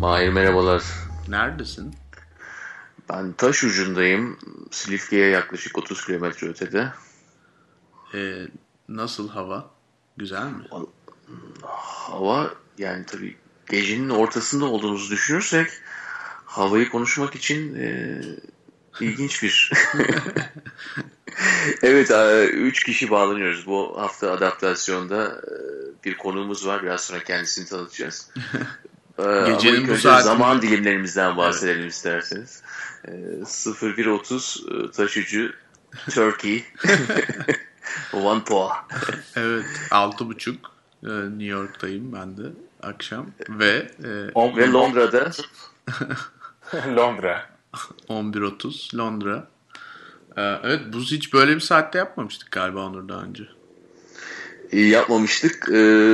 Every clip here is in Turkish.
Mahir merhabalar. Neredesin? Ben taş ucundayım. Silifke'ye yaklaşık 30 kilometre ötede. Ee, Nasıl hava? Güzel mi? Hava yani tabii gecenin ortasında olduğumuzu düşünürsek havayı konuşmak için ilginç bir. Evet, 3 kişi bağlanıyoruz. Bu hafta adaptasyonda bir konuğumuz var. Biraz sonra kendisini tanıtacağız. Ama Gecenin ilk bu önce zaman saatinde... dilimlerimizden Evet. bahsedelim isterseniz. 01.30 taşıcı Turkey One Poa. Evet, 6.30 New York'tayım ben de akşam ve Ve Londra'da 10 Londra. 11.30 Londra. Evet, bu hiç böyle bir saatte yapmamıştık galiba Onur daha önce. yapmamıştık.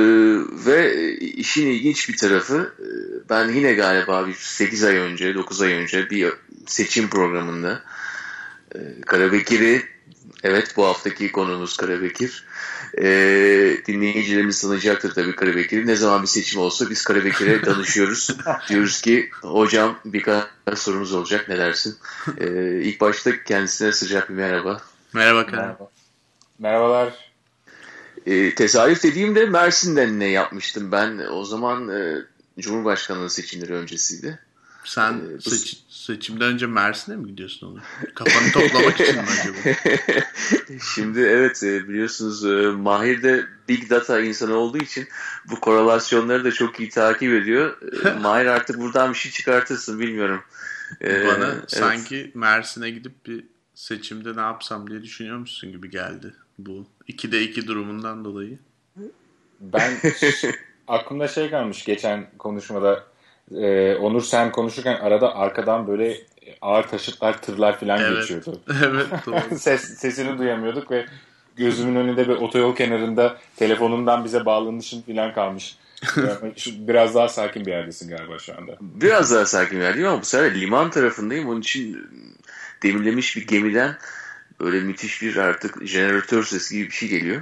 Ve işin ilginç bir tarafı, ben yine galiba bir 8 ay önce 9 ay önce bir seçim programında Karabekir'i, evet, bu haftaki konuğumuz Karabekir. Dinleyicilerimiz tanıyacaktır tabii Karabekir'i. Ne zaman bir seçim olsa biz Karabekir'e danışıyoruz. Diyoruz ki hocam birkaç sorumuz olacak, ne dersin? İlk başta kendisine sıcak bir merhaba. Merhaba Kerem. Merhaba. Merhabalar. Tesadüf dediğimde Mersin'den ne yapmıştım ben. O zaman Cumhurbaşkanlığı seçimleri öncesiydi. Sen seçimden önce Mersin'e mi gidiyorsun Onur? Kafanı toplamak için mi acaba? Şimdi evet, biliyorsunuz, Mahir de Big Data insanı olduğu için bu korelasyonları da çok iyi takip ediyor. Mahir, artık buradan bir şey çıkartırsın, bilmiyorum. Bana Evet. sanki Mersin'e gidip bir seçimde ne yapsam diye düşünüyormuşsun gibi geldi. Bu 2'de 2 durumundan dolayı. Ben aklımda şey kalmış geçen konuşmada. Onur sen konuşurken arada arkadan böyle ağır taşıtlar, tırlar falan Evet. geçiyordu. Evet, doğru. Sesini duyamıyorduk ve gözümün önünde bir otoyol kenarında telefonundan bize bağlanışın falan kalmış. Yani biraz daha sakin bir yerdesin galiba şu anda. Biraz daha sakin verdim ama bu sefer liman tarafındayım. Onun için demirlemiş bir gemiden böyle müthiş bir artık jeneratör sesi gibi bir şey geliyor.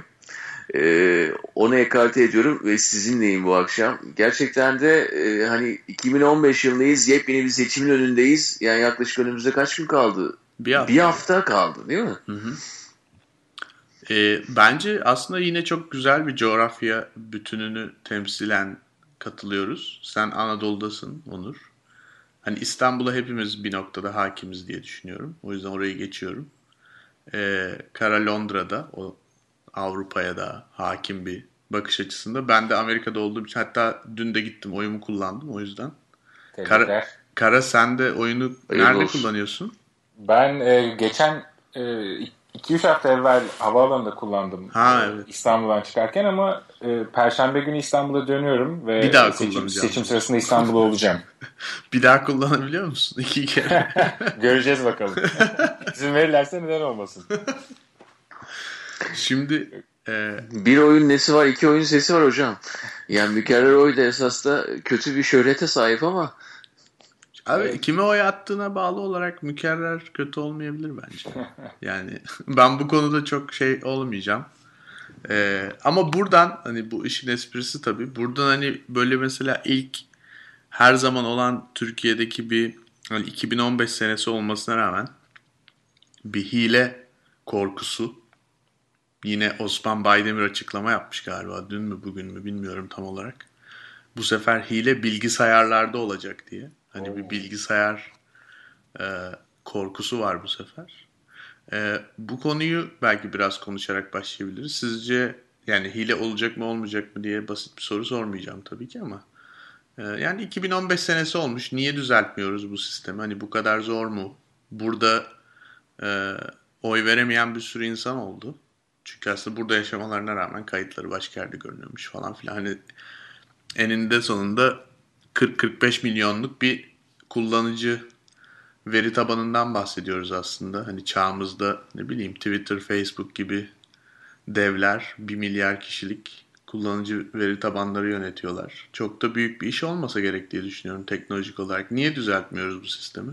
Onu ekarte ediyorum ve sizinleyim bu akşam. Gerçekten de hani 2015 yılındayız, yepyeni bir seçimin önündeyiz. Yani yaklaşık önümüzde kaç gün kaldı? Bir hafta. Bir hafta kaldı, değil mi? Bence aslında yine çok güzel bir coğrafya bütününü temsilen katılıyoruz. Sen Anadolu'dasın Onur. Hani İstanbul'a hepimiz bir noktada hakimiz diye düşünüyorum. O yüzden orayı geçiyorum. Kara Londra'da o Avrupa'ya da hakim bir bakış açısında. Ben de Amerika'da olduğum için hatta dün de gittim oyumu kullandım o yüzden. Kara, Tebrikler. Kara sen de oyunu Hayırlı nerede olsun. kullanıyorsun? Ben geçen 2-3 hafta evvel havaalanında kullandım Ha, evet. İstanbul'dan çıkarken ama Perşembe günü İstanbul'a dönüyorum Bir ve daha kullanacağım. seçim sırasında İstanbul'da olacağım. Bir daha kullanabiliyor musun? 2 kere. Göreceğiz bakalım. İzin verirlerse neden olmasın. Şimdi Bir oyun nesi var, iki oyun sesi var hocam. Yani Mükerrer Oy da esas da kötü bir şöhrete sahip ama abi kime oy attığına bağlı olarak mükerrer kötü olmayabilir bence. Yani ben bu konuda çok şey olmayacağım. Ama buradan hani bu işin esprisi tabii. Buradan hani böyle mesela ilk her zaman olan Türkiye'deki bir hani 2015 senesi olmasına rağmen bir hile korkusu. Yine Osman Baydemir açıklama yapmış galiba. Dün mü bugün mü bilmiyorum tam olarak. Bu sefer hile bilgisayarlarda olacak diye. Hani bir bilgisayar korkusu var bu sefer. Bu konuyu belki biraz konuşarak başlayabiliriz. Sizce yani hile olacak mı olmayacak mı diye basit bir soru sormayacağım tabii ki ama yani 2015 senesi olmuş. Niye düzeltmiyoruz bu sistemi? Hani bu kadar zor mu? Burada e, oy veremeyen bir sürü insan oldu. Çünkü aslında burada yaşamalarına rağmen kayıtları başka yerde görünüyormuş falan filan. Hani eninde sonunda 40-45 milyonluk bir kullanıcı veri tabanından bahsediyoruz aslında. Hani çağımızda ne bileyim Twitter, Facebook gibi devler 1 milyar kişilik kullanıcı veri tabanları yönetiyorlar. Çok da büyük bir iş olmasa gerek diye düşünüyorum teknolojik olarak. Niye düzeltmiyoruz bu sistemi?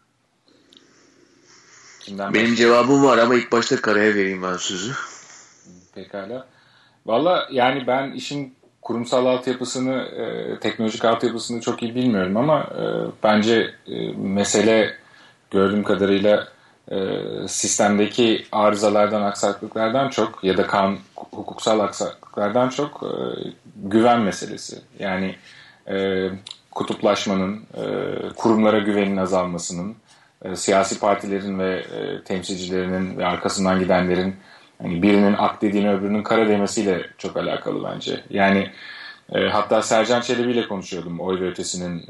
Kimden benim başlayalım? cevabım var ama ilk başta Kara'ya vereyim ben sözü. Pekala. Valla yani ben işin kurumsal altyapısını, teknolojik altyapısını çok iyi bilmiyorum ama bence mesele gördüğüm kadarıyla sistemdeki arızalardan, aksaklıklardan çok ya da hukuksal aksaklıklardan çok güven meselesi. Yani kutuplaşmanın, kurumlara güvenin azalmasının, siyasi partilerin ve temsilcilerinin ve arkasından gidenlerin hani birinin ak dediğini öbürünün kara demesiyle çok alakalı bence. Yani hatta Sercan Çelebi ile konuşuyordum, Oy ve Ötesi'nin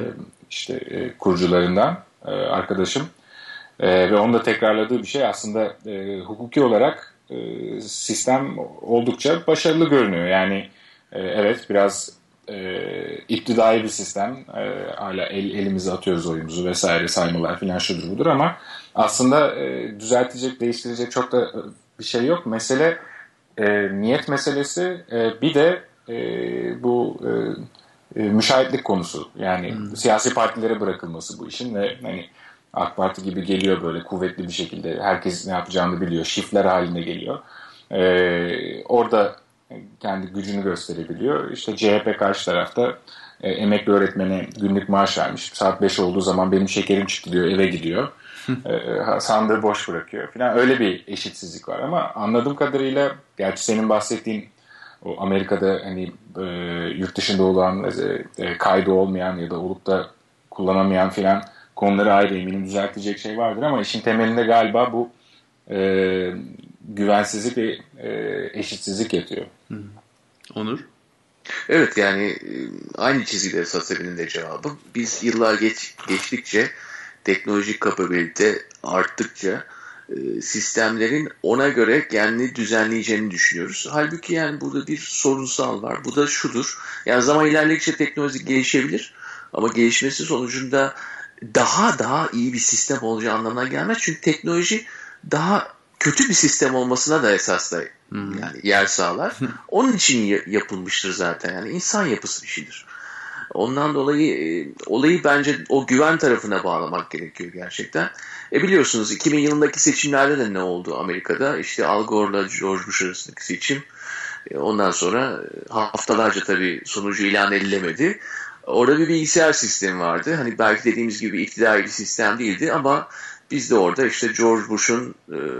kurucularından arkadaşım. Ve onun da tekrarladığı bir şey aslında hukuki olarak sistem oldukça başarılı görünüyor. Yani evet biraz iktidai bir sistem. Hala elimize atıyoruz oyumuzu vesaire saymalar filan şudur budur ama aslında düzeltecek, değiştirecek çok da bir şey yok. Mesele niyet meselesi. Bir de bu müşahitlik konusu. Yani siyasi partilere bırakılması bu işin ve hani AK Parti gibi geliyor böyle kuvvetli bir şekilde. Herkes ne yapacağını biliyor. Şifler haline geliyor. Orada kendi gücünü gösterebiliyor. İşte CHP karşı tarafta emekli öğretmene günlük maaş vermiş. Saat 5 olduğu zaman benim şekerim çıktı diyor, eve gidiyor. Sandığı boş bırakıyor falan. Öyle bir eşitsizlik var ama anladığım kadarıyla gerçi senin bahsettiğin o Amerika'da hani yurt dışında olan kaydı olmayan ya da olup da kullanamayan filan konuları ayrı, eminim düzeltecek şey vardır ama işin temelinde galiba bu güvensizlik ve eşitsizlik yatıyor. Onur? Evet, yani aynı çizgileri satabilirim de cevabı. Biz yıllar geçtikçe teknolojik kapabilite arttıkça sistemlerin ona göre kendini düzenleyeceğini düşünüyoruz. Halbuki yani burada bir sorunsal var. Bu da şudur. Yani zaman ilerledikçe teknoloji gelişebilir ama gelişmesi sonucunda daha iyi bir sistem olacağı anlamına gelmez. Çünkü teknoloji daha kötü bir sistem olmasına da esasla yani yer sağlar. Onun için yapılmıştır zaten. Yani insan yapısı bir şeydir. Ondan dolayı olayı bence o güven tarafına bağlamak gerekiyor gerçekten. Biliyorsunuz 2000 yılındaki seçimlerde de ne oldu Amerika'da? İşte Al Gore'la George Bush arasındaki seçim. Ondan sonra haftalarca tabii sonucu ilan edilemedi. Orada bir bilgisayar sistemi vardı. Hani belki dediğimiz gibi iktidari bir sistem değildi ama biz de orada işte George Bush'un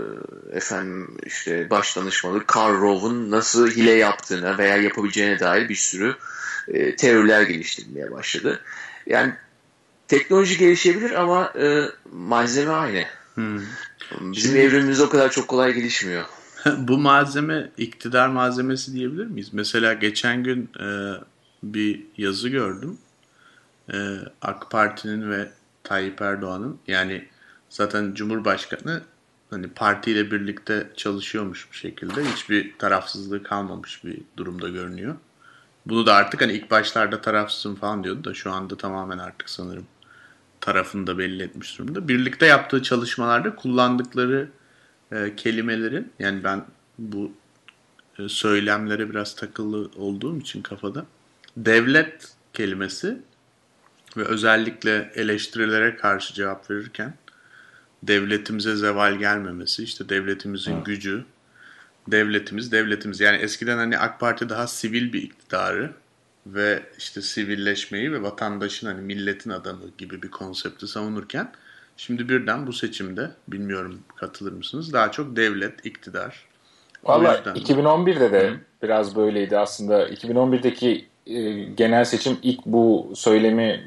işte baş danışmanı Karl Rove'un nasıl hile yaptığına veya yapabileceğine dair bir sürü teoriler geliştirilmeye başladı. Yani teknoloji gelişebilir ama malzeme aynı. Bizim evrimimiz o kadar çok kolay gelişmiyor. Bu malzeme iktidar malzemesi diyebilir miyiz? Mesela geçen gün bir yazı gördüm. AK Parti'nin ve Tayyip Erdoğan'ın, yani zaten Cumhurbaşkanı hani partiyle birlikte çalışıyormuş bir şekilde. Hiçbir tarafsızlığı kalmamış bir durumda görünüyor. Bunu da artık hani ilk başlarda tarafsızım falan diyordu da şu anda tamamen artık sanırım tarafını da belli etmiş durumda. Birlikte yaptığı çalışmalarda kullandıkları kelimelerin, yani ben bu söylemlere biraz takılı olduğum için kafada, devlet kelimesi ve özellikle eleştirilere karşı cevap verirken devletimize zeval gelmemesi, işte devletimizin gücü, devletimiz. Yani eskiden hani AK Parti daha sivil bir iktidarı ve işte sivilleşmeyi ve vatandaşın hani milletin adamı gibi bir konsepti savunurken şimdi birden bu seçimde, bilmiyorum katılır mısınız, daha çok devlet, iktidar. Valla 2011'de de biraz böyleydi aslında. 2011'deki genel seçim ilk bu söylemi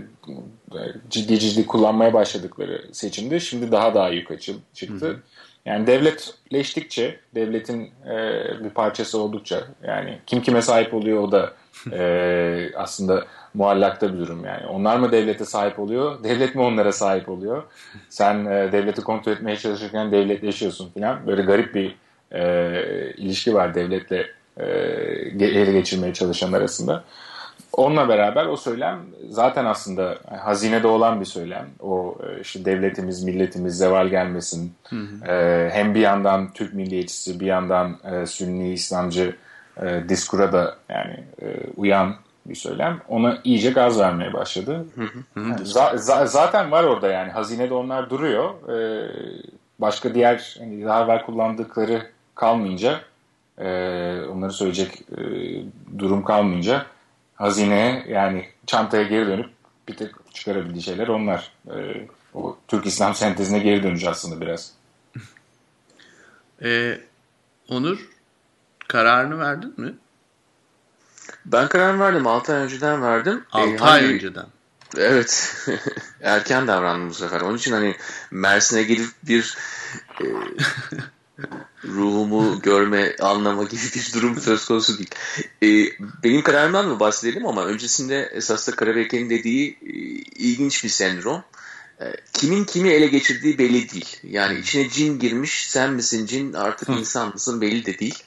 ciddi kullanmaya başladıkları seçimdi. Şimdi daha yukarı çıktı. Yani devletleştikçe, devletin bir parçası oldukça, yani kim kime sahip oluyor o da aslında muallakta bir durum yani. Onlar mı devlete sahip oluyor, devlet mi onlara sahip oluyor? Sen devleti kontrol etmeye çalışırken devletleşiyorsun falan. Böyle garip bir ilişki var devletle ele geçirmeye çalışan arasında. Onunla beraber o söylem zaten aslında hazinede olan bir söylem. O işte devletimiz, milletimiz zeval gelmesin. Hem bir yandan Türk milliyetçisi, bir yandan Sünni İslamcı diskura da yani uyan bir söylem. Ona iyice gaz vermeye başladı. Zaten var orada yani hazinede onlar duruyor. Başka diğer hani daha evvel kullandıkları kalmayınca onları söyleyecek durum kalmayınca hazineye, yani çantaya geri dönüp bir tek çıkarabildiği şeyler onlar. O Türk İslam sentezine geri dönüş aslında biraz. Onur, kararını verdin mi? Ben kararımı verdim. 6 ay önceden verdim. 6 ay önceden. Evet. Erken davrandım bu sefer. Onun için hani Mersin'e gidip bir ruhumu görme, anlama gibi bir durum söz konusu değil. Benim kararımdan mı bahsedelim, ama öncesinde esas da Karabekir'in dediği ilginç bir sendrom. Kimin kimi ele geçirdiği belli değil. Yani içine cin girmiş, sen misin cin, artık insan mısın belli de değil.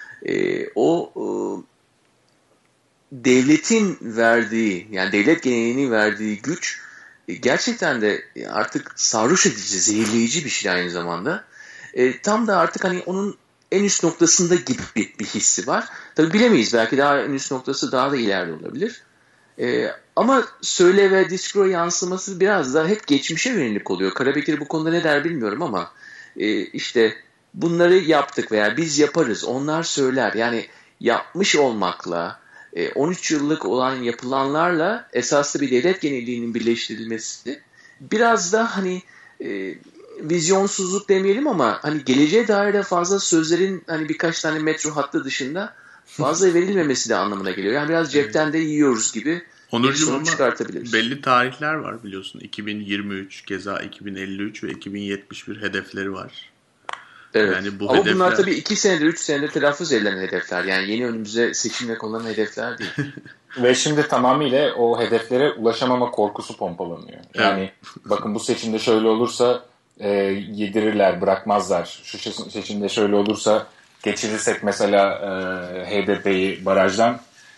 Devletin verdiği, yani devlet geleneğinin verdiği güç gerçekten de artık sarhoş edici, zehirleyici bir şey aynı zamanda. Tam da artık hani onun en üst noktasında gibi bir hissi var. Tabii bilemeyiz, belki daha en üst noktası daha da ileride olabilir. Ama söyle ve diskro yansıması biraz da hep geçmişe yönelik oluyor. Karabekir bu konuda ne der bilmiyorum ama işte bunları yaptık veya biz yaparız, onlar söyler. Yani yapmış olmakla 13 yıllık olan yapılanlarla esaslı bir devlet genelliğinin birleştirilmesi biraz da hani vizyonsuzluk demeyelim ama hani geleceğe dair de fazla sözlerin hani birkaç tane metro hattı dışında fazla verilmemesi de anlamına geliyor. Yani biraz cepten de yiyoruz gibi bir sonuç çıkartabiliriz. Belli tarihler var biliyorsun. 2023, keza 2053 ve 2071 hedefleri var. Evet. Yani bu ama hedefler... bunlar tabii 2 senedir, 3 senedir telaffuz edilen hedefler. Yani yeni önümüze seçimle konulan hedefler değil. Ve şimdi tamamıyla o hedeflere ulaşamama korkusu pompalanıyor. Yani bakın bu seçimde şöyle olursa yedirirler, bırakmazlar. Şu seçimde şöyle olursa geçirirsek mesela HDP'yi barajdan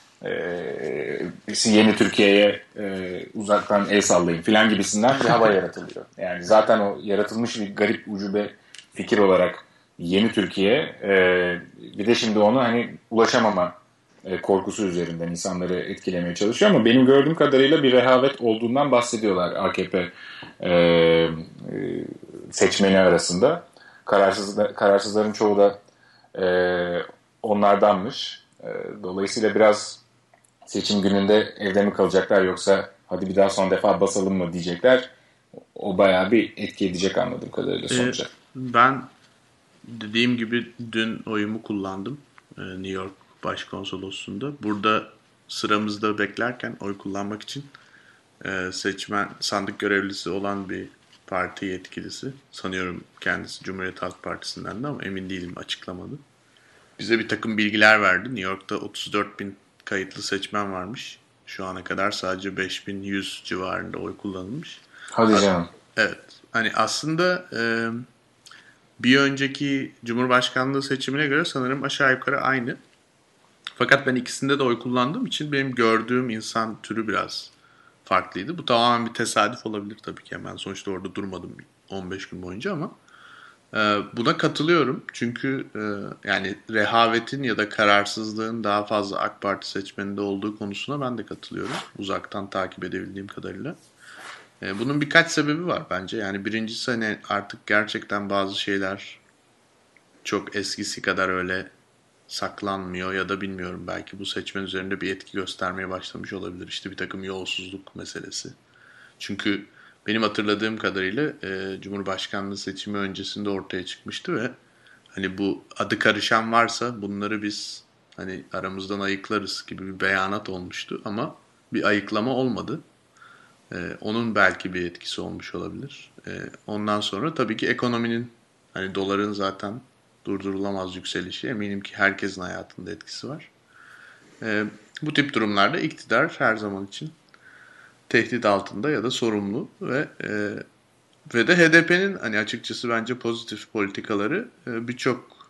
yeni Türkiye'ye uzaktan el sallayın filan gibisinden bir hava yaratılıyor. Yani zaten o yaratılmış bir garip ucube fikir olarak yeni Türkiye, bir de şimdi onu hani ulaşamama korkusu üzerinden insanları etkilemeye çalışıyor, ama benim gördüğüm kadarıyla bir rehavet olduğundan bahsediyorlar AKP seçmeni arasında. Kararsızların çoğu da onlardanmış. Dolayısıyla biraz seçim gününde evde mi kalacaklar, yoksa hadi bir daha son defa basalım mı diyecekler. O bayağı bir etki edecek anladığım kadarıyla sonuca. Ben dediğim gibi dün oyumu kullandım New York Başkonsolosluğu'nda. Burada sıramızda beklerken oy kullanmak için seçmen, sandık görevlisi olan bir parti yetkilisi, sanıyorum kendisi Cumhuriyet Halk Partisi'nden de ama emin değilim, açıklamadı. Bize bir takım bilgiler verdi. New York'ta 34 bin kayıtlı seçmen varmış. Şu ana kadar sadece 5100 civarında oy kullanılmış. Hadi canım. Evet. Hani aslında bir önceki Cumhurbaşkanlığı seçimine göre sanırım aşağı yukarı aynı. Fakat ben ikisinde de oy kullandığım için benim gördüğüm insan türü biraz farklıydı. Bu tamamen bir tesadüf olabilir tabii ki. Ben sonuçta orada durmadım 15 gün boyunca ama buna katılıyorum. Çünkü yani rehavetin ya da kararsızlığın daha fazla AK Parti seçmeninde olduğu konusuna ben de katılıyorum. Uzaktan takip edebildiğim kadarıyla. Bunun birkaç sebebi var bence. Yani birincisi hani artık gerçekten bazı şeyler çok eskisi kadar öyle saklanmıyor ya da bilmiyorum, belki bu seçmen üzerinde bir etki göstermeye başlamış olabilir. İşte bir takım yolsuzluk meselesi. Çünkü benim hatırladığım kadarıyla Cumhurbaşkanlığı seçimi öncesinde ortaya çıkmıştı ve hani bu adı karışan varsa bunları biz hani aramızdan ayıklarız gibi bir beyanat olmuştu ama bir ayıklama olmadı. Onun belki bir etkisi olmuş olabilir. Ondan sonra tabii ki ekonominin, hani doların zaten durdurulamaz yükselişi, eminim ki herkesin hayatında etkisi var. Bu tip durumlarda iktidar her zaman için tehdit altında ya da sorumlu ve de HDP'nin hani açıkçası bence pozitif politikaları birçok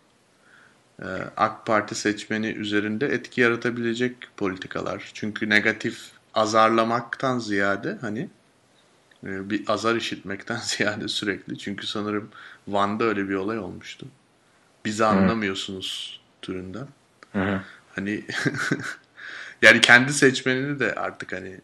AK Parti seçmeni üzerinde etki yaratabilecek politikalar. Çünkü negatif azarlamaktan ziyade hani bir azar işitmekten ziyade sürekli. Çünkü sanırım Van'da öyle bir olay olmuştu. Bizi anlamıyorsunuz türünden. Hı. Hani yani kendi seçmenini de artık hani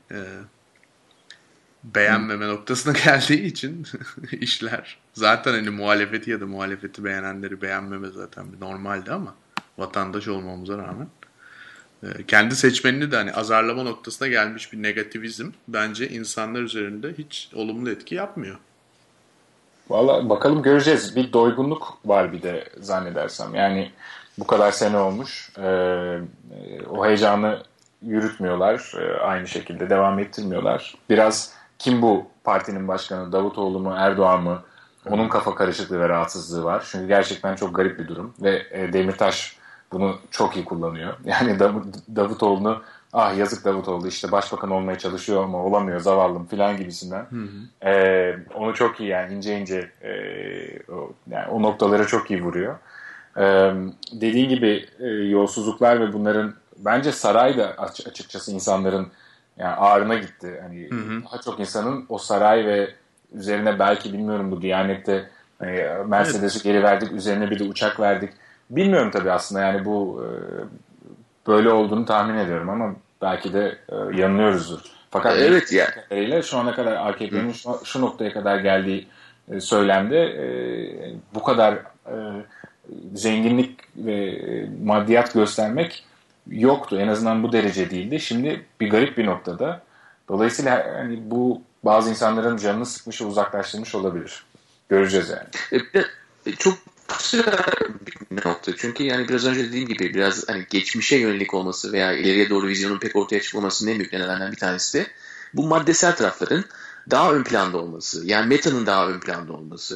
beğenmeme noktasına geldiği için işler. Zaten hani muhalefeti ya da muhalefeti beğenenleri beğenmeme zaten bir normaldi ama vatandaş olmamıza rağmen. Kendi seçmenini de hani azarlama noktasına gelmiş bir negativizm bence insanlar üzerinde hiç olumlu etki yapmıyor. Valla bakalım, göreceğiz. Bir doygunluk var bir de zannedersem. Yani bu kadar sene olmuş. O heyecanı yürütmüyorlar. Aynı şekilde devam ettirmiyorlar. Biraz kim bu partinin başkanı? Davutoğlu mu? Erdoğan mı? Onun kafa karışıklığı ve rahatsızlığı var. Çünkü gerçekten çok garip bir durum. Ve Demirtaş bunu çok iyi kullanıyor. Yani Davutoğlu'nu, ah yazık Davutoğlu işte başbakan olmaya çalışıyor ama olamıyor zavallım falan gibisinden. Onu çok iyi, yani ince ince yani o noktaları çok iyi vuruyor. Dediğin gibi yolsuzluklar ve bunların bence sarayda açıkçası insanların yani ağrına gitti. Hani daha çok insanın o saray ve üzerine belki bilmiyorum bu Diyanet'te Mercedes'i geri verdik, üzerine bir de uçak verdik. Bilmiyorum tabii aslında, yani bu böyle olduğunu tahmin ediyorum ama belki de yanılıyoruzdur. Fakat evet ya. Şu ana kadar AKP'nin şu noktaya kadar geldiği söylemde bu kadar zenginlik ve maddiyat göstermek yoktu. En azından bu derece değildi. Şimdi bir garip bir noktada. Dolayısıyla hani bu bazı insanların canını sıkmış ve uzaklaştırmış olabilir. Göreceğiz yani. Çok güzel bir nokta. Çünkü yani biraz önce dediğim gibi biraz hani geçmişe yönelik olması veya ileriye doğru vizyonun pek ortaya çıkmamasının en büyük nedenlerden bir tanesi de bu maddesel tarafların daha ön planda olması. Yani metanın daha ön planda olması.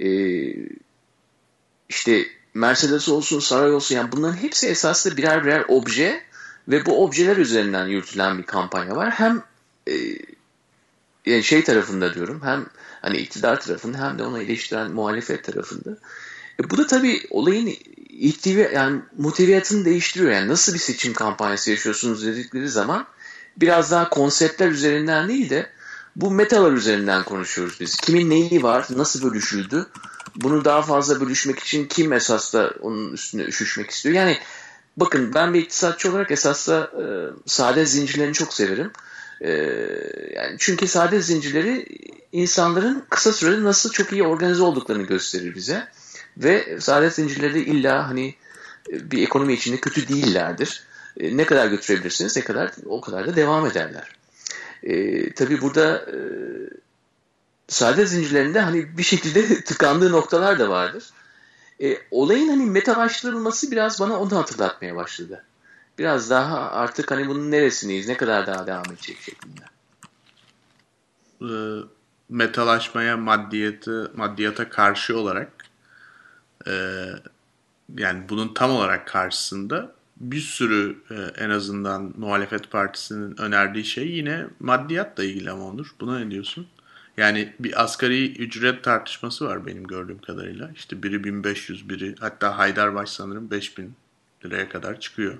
İşte Mercedes olsun, saray olsun, yani bunların hepsi esasında birer birer obje ve bu objeler üzerinden yürütülen bir kampanya var. Hem yani şey tarafında diyorum, hem hani iktidar tarafında hem de ona eleştiren muhalefet tarafında. Bu da tabii olayın yani muhteviyatını değiştiriyor. Yani nasıl bir seçim kampanyası yaşıyorsunuz dedikleri zaman biraz daha konseptler üzerinden değil de bu metalar üzerinden konuşuyoruz biz. Kimin neyi var, nasıl bölüşüldü? Bunu daha fazla bölüşmek için kim esas da onun üstüne üşüşmek istiyor? Yani bakın, ben bir iktisatçı olarak esas da saadet zincirlerini çok severim. Yani çünkü saadet zincirleri insanların kısa sürede nasıl çok iyi organize olduklarını gösterir bize. Ve saadet zincirleri illa hani bir ekonomi içinde kötü değillerdir. Ne kadar götürebilirsiniz, o kadar da devam ederler. Tabii burada saadet zincirlerinde hani bir şekilde tıkandığı noktalar da vardır. Olayın hani metalaştırılması biraz bana onu hatırlatmaya başladı. Biraz daha artık hani bunun neresindeyiz, ne kadar daha devam edecek şeklinde. Metalaşmaya, maddiyata karşı olarak yani bunun tam olarak karşısında bir sürü en azından muhalefet partisinin önerdiği şey yine maddiyatla ilgili ama Onur. Buna ne diyorsun? Yani bir asgari ücret tartışması var benim gördüğüm kadarıyla. İşte biri 1500, biri hatta Haydarbaş sanırım 5000 liraya kadar çıkıyor.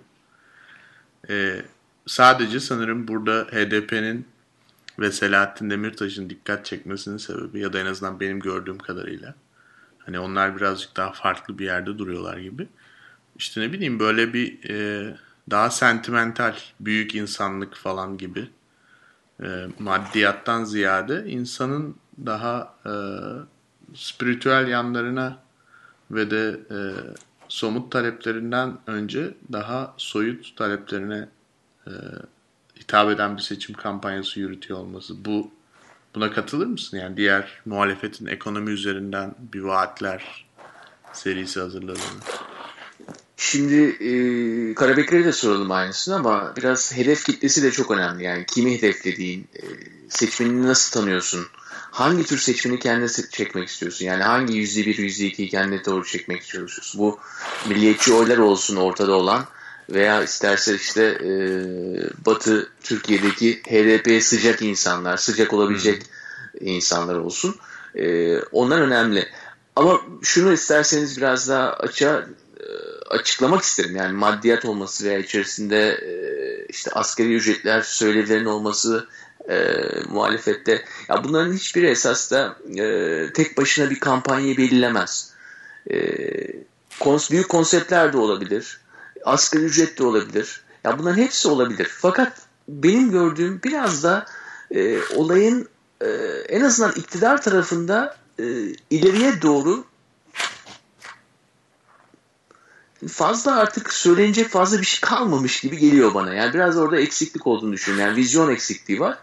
Sadece sanırım burada HDP'nin ve Selahattin Demirtaş'ın dikkat çekmesinin sebebi, ya da en azından benim gördüğüm kadarıyla, hani onlar birazcık daha farklı bir yerde duruyorlar gibi. İşte ne bileyim, böyle bir daha sentimental, büyük insanlık falan gibi maddiyattan ziyade insanın daha spiritüel yanlarına ve de somut taleplerinden önce daha soyut taleplerine hitap eden bir seçim kampanyası yürütüyor olması. Buna katılır mısın? Yani diğer muhalefetin ekonomi üzerinden bir vaatler serisi hazırladığını. Şimdi Karabekir'e de soralım aynısını ama biraz hedef kitlesi de çok önemli. Yani kimi hedeflediğin, seçmenini nasıl tanıyorsun? Hangi tür seçmeni kendine çekmek istiyorsun? Yani hangi %1, %2'yi kendine doğru çekmek çalışıyorsun? Bu milliyetçi oylar olsun ortada olan veya isterse işte Batı Türkiye'deki HDP'ye sıcak insanlar, sıcak olabilecek insanlar olsun. Onlar önemli. Ama şunu isterseniz biraz daha açıklamak isterim. Yani maddiyat olması veya içerisinde işte asgari ücretler söylevilerin olması muhalefette. Ya bunların hiçbiri esas da tek başına bir kampanyayı belirlemez. Büyük konseptler de olabilir. Asgari ücret de olabilir. Ya bunların hepsi olabilir. Fakat benim gördüğüm biraz da olayın en azından iktidar tarafında ileriye doğru fazla artık söylenecek fazla bir şey kalmamış gibi geliyor bana. Yani biraz orada eksiklik olduğunu düşünüyorum. Yani vizyon eksikliği var.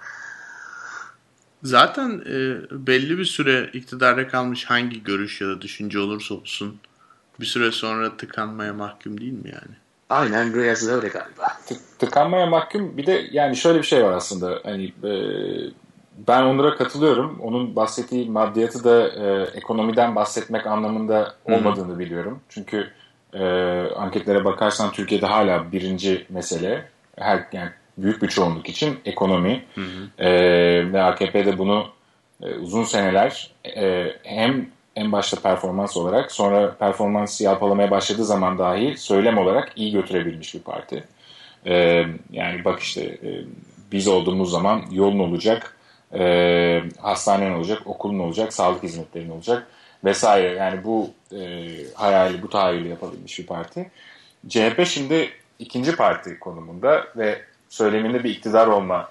Zaten belli bir süre iktidarda kalmış hangi görüş ya da düşünce olursa olsun bir süre sonra tıkanmaya mahkum değil mi yani? Aynen biraz öyle galiba. Tıkanmaya mahkum. Bir de yani şöyle bir şey var aslında. Hani ben Onur'a katılıyorum. Onun bahsettiği maddiyatı da ekonomiden bahsetmek anlamında olmadığını biliyorum. Çünkü anketlere bakarsan Türkiye'de hala birinci mesele yani büyük bir çoğunluk için ekonomi. Ve AKP'de bunu uzun seneler hem en başta performans olarak sonra performansı yalpalamaya başladığı zaman dahi söylem olarak iyi götürebilmiş bir parti. Yani bak işte biz olduğumuz zaman yolun olacak, hastanen olacak, okulun olacak, sağlık hizmetlerin olacak vesaire. Yani bu hayali, bu tahayyülü yapabilmiş bir parti. CHP şimdi ikinci parti konumunda ve söyleminde bir iktidar olma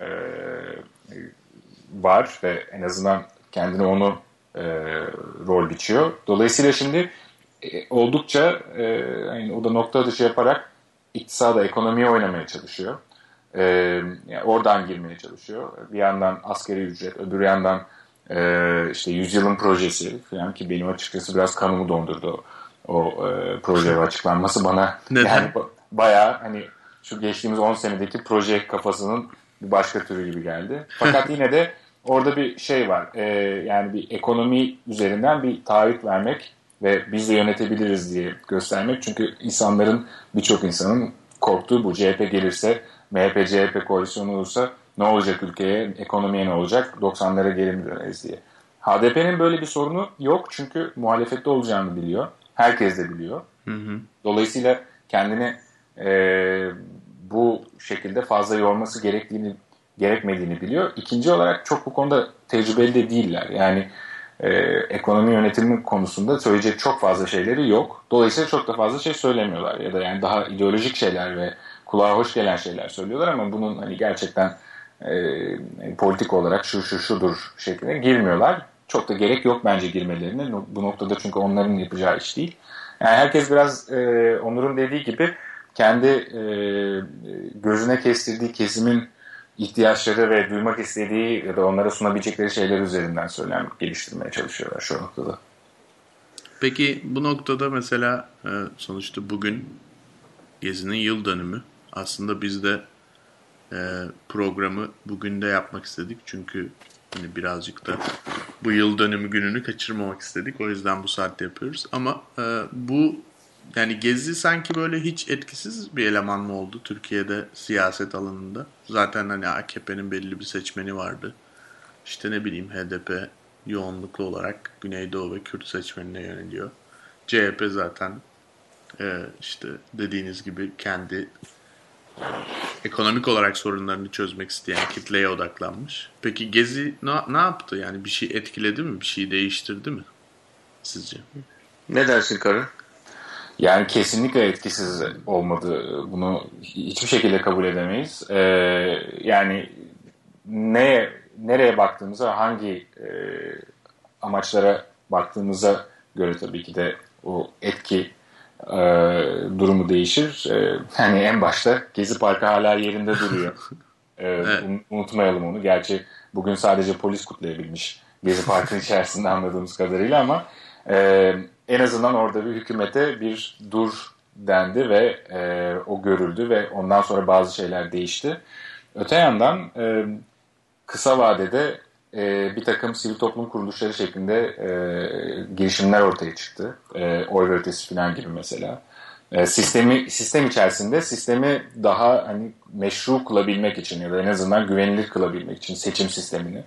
var ve en azından kendine onu rol biçiyor. Dolayısıyla şimdi oldukça yani o da nokta atışı yaparak iktisada, ekonomiye oynamaya çalışıyor. Yani oradan girmeye çalışıyor. Bir yandan asgari ücret, öbür yandan işte yüzyılın projesi falan ki benim açıkçası biraz kanımı dondurdu o proje açıklanması bana. Neden? Yani bayağı hani şu geçtiğimiz 10 senedeki proje kafasının bir başka türü gibi geldi. Fakat yine de orada bir şey var. Yani bir ekonomi üzerinden bir taahhüt vermek ve biz de yönetebiliriz diye göstermek. Çünkü birçok insanın korktuğu bu. CHP gelirse, MHP-CHP koalisyonu olursa ne olacak ülkeye, ekonomiye ne olacak, 90'lara geri mi döneriz diye. HDP'nin böyle bir sorunu yok çünkü muhalefette olacağını biliyor. Herkes de biliyor. Dolayısıyla kendini bu şekilde fazla yorması gerekmediğini biliyor. İkinci olarak çok bu konuda tecrübeli de değiller. Yani ekonomi yönetimi konusunda söyleyecek çok fazla şeyleri yok. Dolayısıyla çok da fazla şey söylemiyorlar. Ya da yani daha ideolojik şeyler ve kulağa hoş gelen şeyler söylüyorlar ama bunun hani gerçekten politik olarak şudur şeklinde girmiyorlar. Çok da gerek yok bence girmelerine. Bu noktada çünkü onların yapacağı iş değil. Yani herkes biraz Onur'un dediği gibi kendi gözüne kestirdiği kesimin ihtiyaçları ve duymak istediği ya da onlara sunabilecekleri şeyler üzerinden söylem geliştirmeye çalışıyorlar şu noktada. Peki bu noktada mesela sonuçta bugün Gezi'nin yıl dönümü. Aslında biz de programı bugün de yapmak istedik. Çünkü hani birazcık da bu yıl dönümü gününü kaçırmamak istedik. O yüzden bu saatte yapıyoruz. Ama bu yani Gezi sanki böyle hiç etkisiz bir eleman mı oldu Türkiye'de siyaset alanında? Zaten hani AKP'nin belli bir seçmeni vardı. İşte ne bileyim HDP yoğunluklu olarak Güneydoğu ve Kürt seçmenine yöneliyor. CHP zaten işte dediğiniz gibi kendi ekonomik olarak sorunlarını çözmek isteyen kitleye odaklanmış. Peki Gezi ne yaptı? Yani bir şey etkiledi mi? Bir şey değiştirdi mi sizce? Ne dersin Karı? Yani kesinlikle etkisiz olmadı. Bunu hiçbir şekilde kabul edemeyiz. Yani nereye baktığımıza, hangi amaçlara baktığımıza göre tabii ki de o etki durumu değişir. Hani en başta Gezi Parkı hala yerinde duruyor. Evet. Unutmayalım onu. Gerçi bugün sadece polis kutlayabilmiş Gezi Parkı'nın içerisinde anladığımız kadarıyla ama en azından orada bir hükümete bir dur dendi ve o görüldü ve ondan sonra bazı şeyler değişti. Öte yandan kısa vadede bir takım sivil toplum kuruluşları şeklinde girişimler ortaya çıktı. Oy ve ötesi falan gibi mesela. Sistem içerisinde sistemi daha hani meşru kılabilmek için ya da en azından güvenilir kılabilmek için seçim sistemini.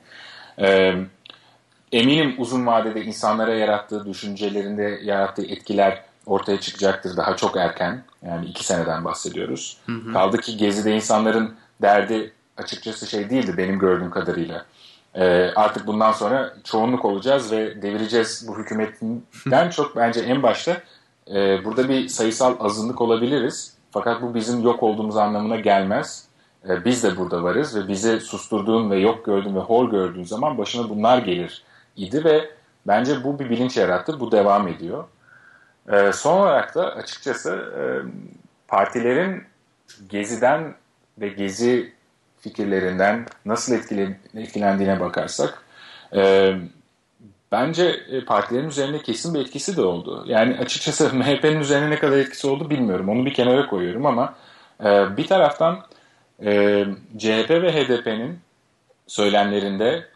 Eminim uzun vadede insanlara yarattığı, düşüncelerinde yarattığı etkiler ortaya çıkacaktır daha çok erken. Yani 2 seneden bahsediyoruz. Kaldı ki Gezi'de insanların derdi açıkçası şey değildi benim gördüğüm kadarıyla. Artık bundan sonra çoğunluk olacağız ve devireceğiz bu hükümetinden çok bence en başta burada bir sayısal azınlık olabiliriz. Fakat bu bizim yok olduğumuz anlamına gelmez. Biz de burada varız ve bizi susturduğun ve yok gördüğün ve hor gördüğün zaman başına bunlar gelir idi ve bence bu bir bilinç yarattı. Bu devam ediyor. Son olarak da açıkçası partilerin Gezi'den ve Gezi fikirlerinden nasıl etkilendiğine bakarsak bence partilerin üzerine kesin bir etkisi de oldu. Yani açıkçası MHP'nin üzerine ne kadar etkisi oldu bilmiyorum. Onu bir kenara koyuyorum ama bir taraftan CHP ve HDP'nin söylemlerinde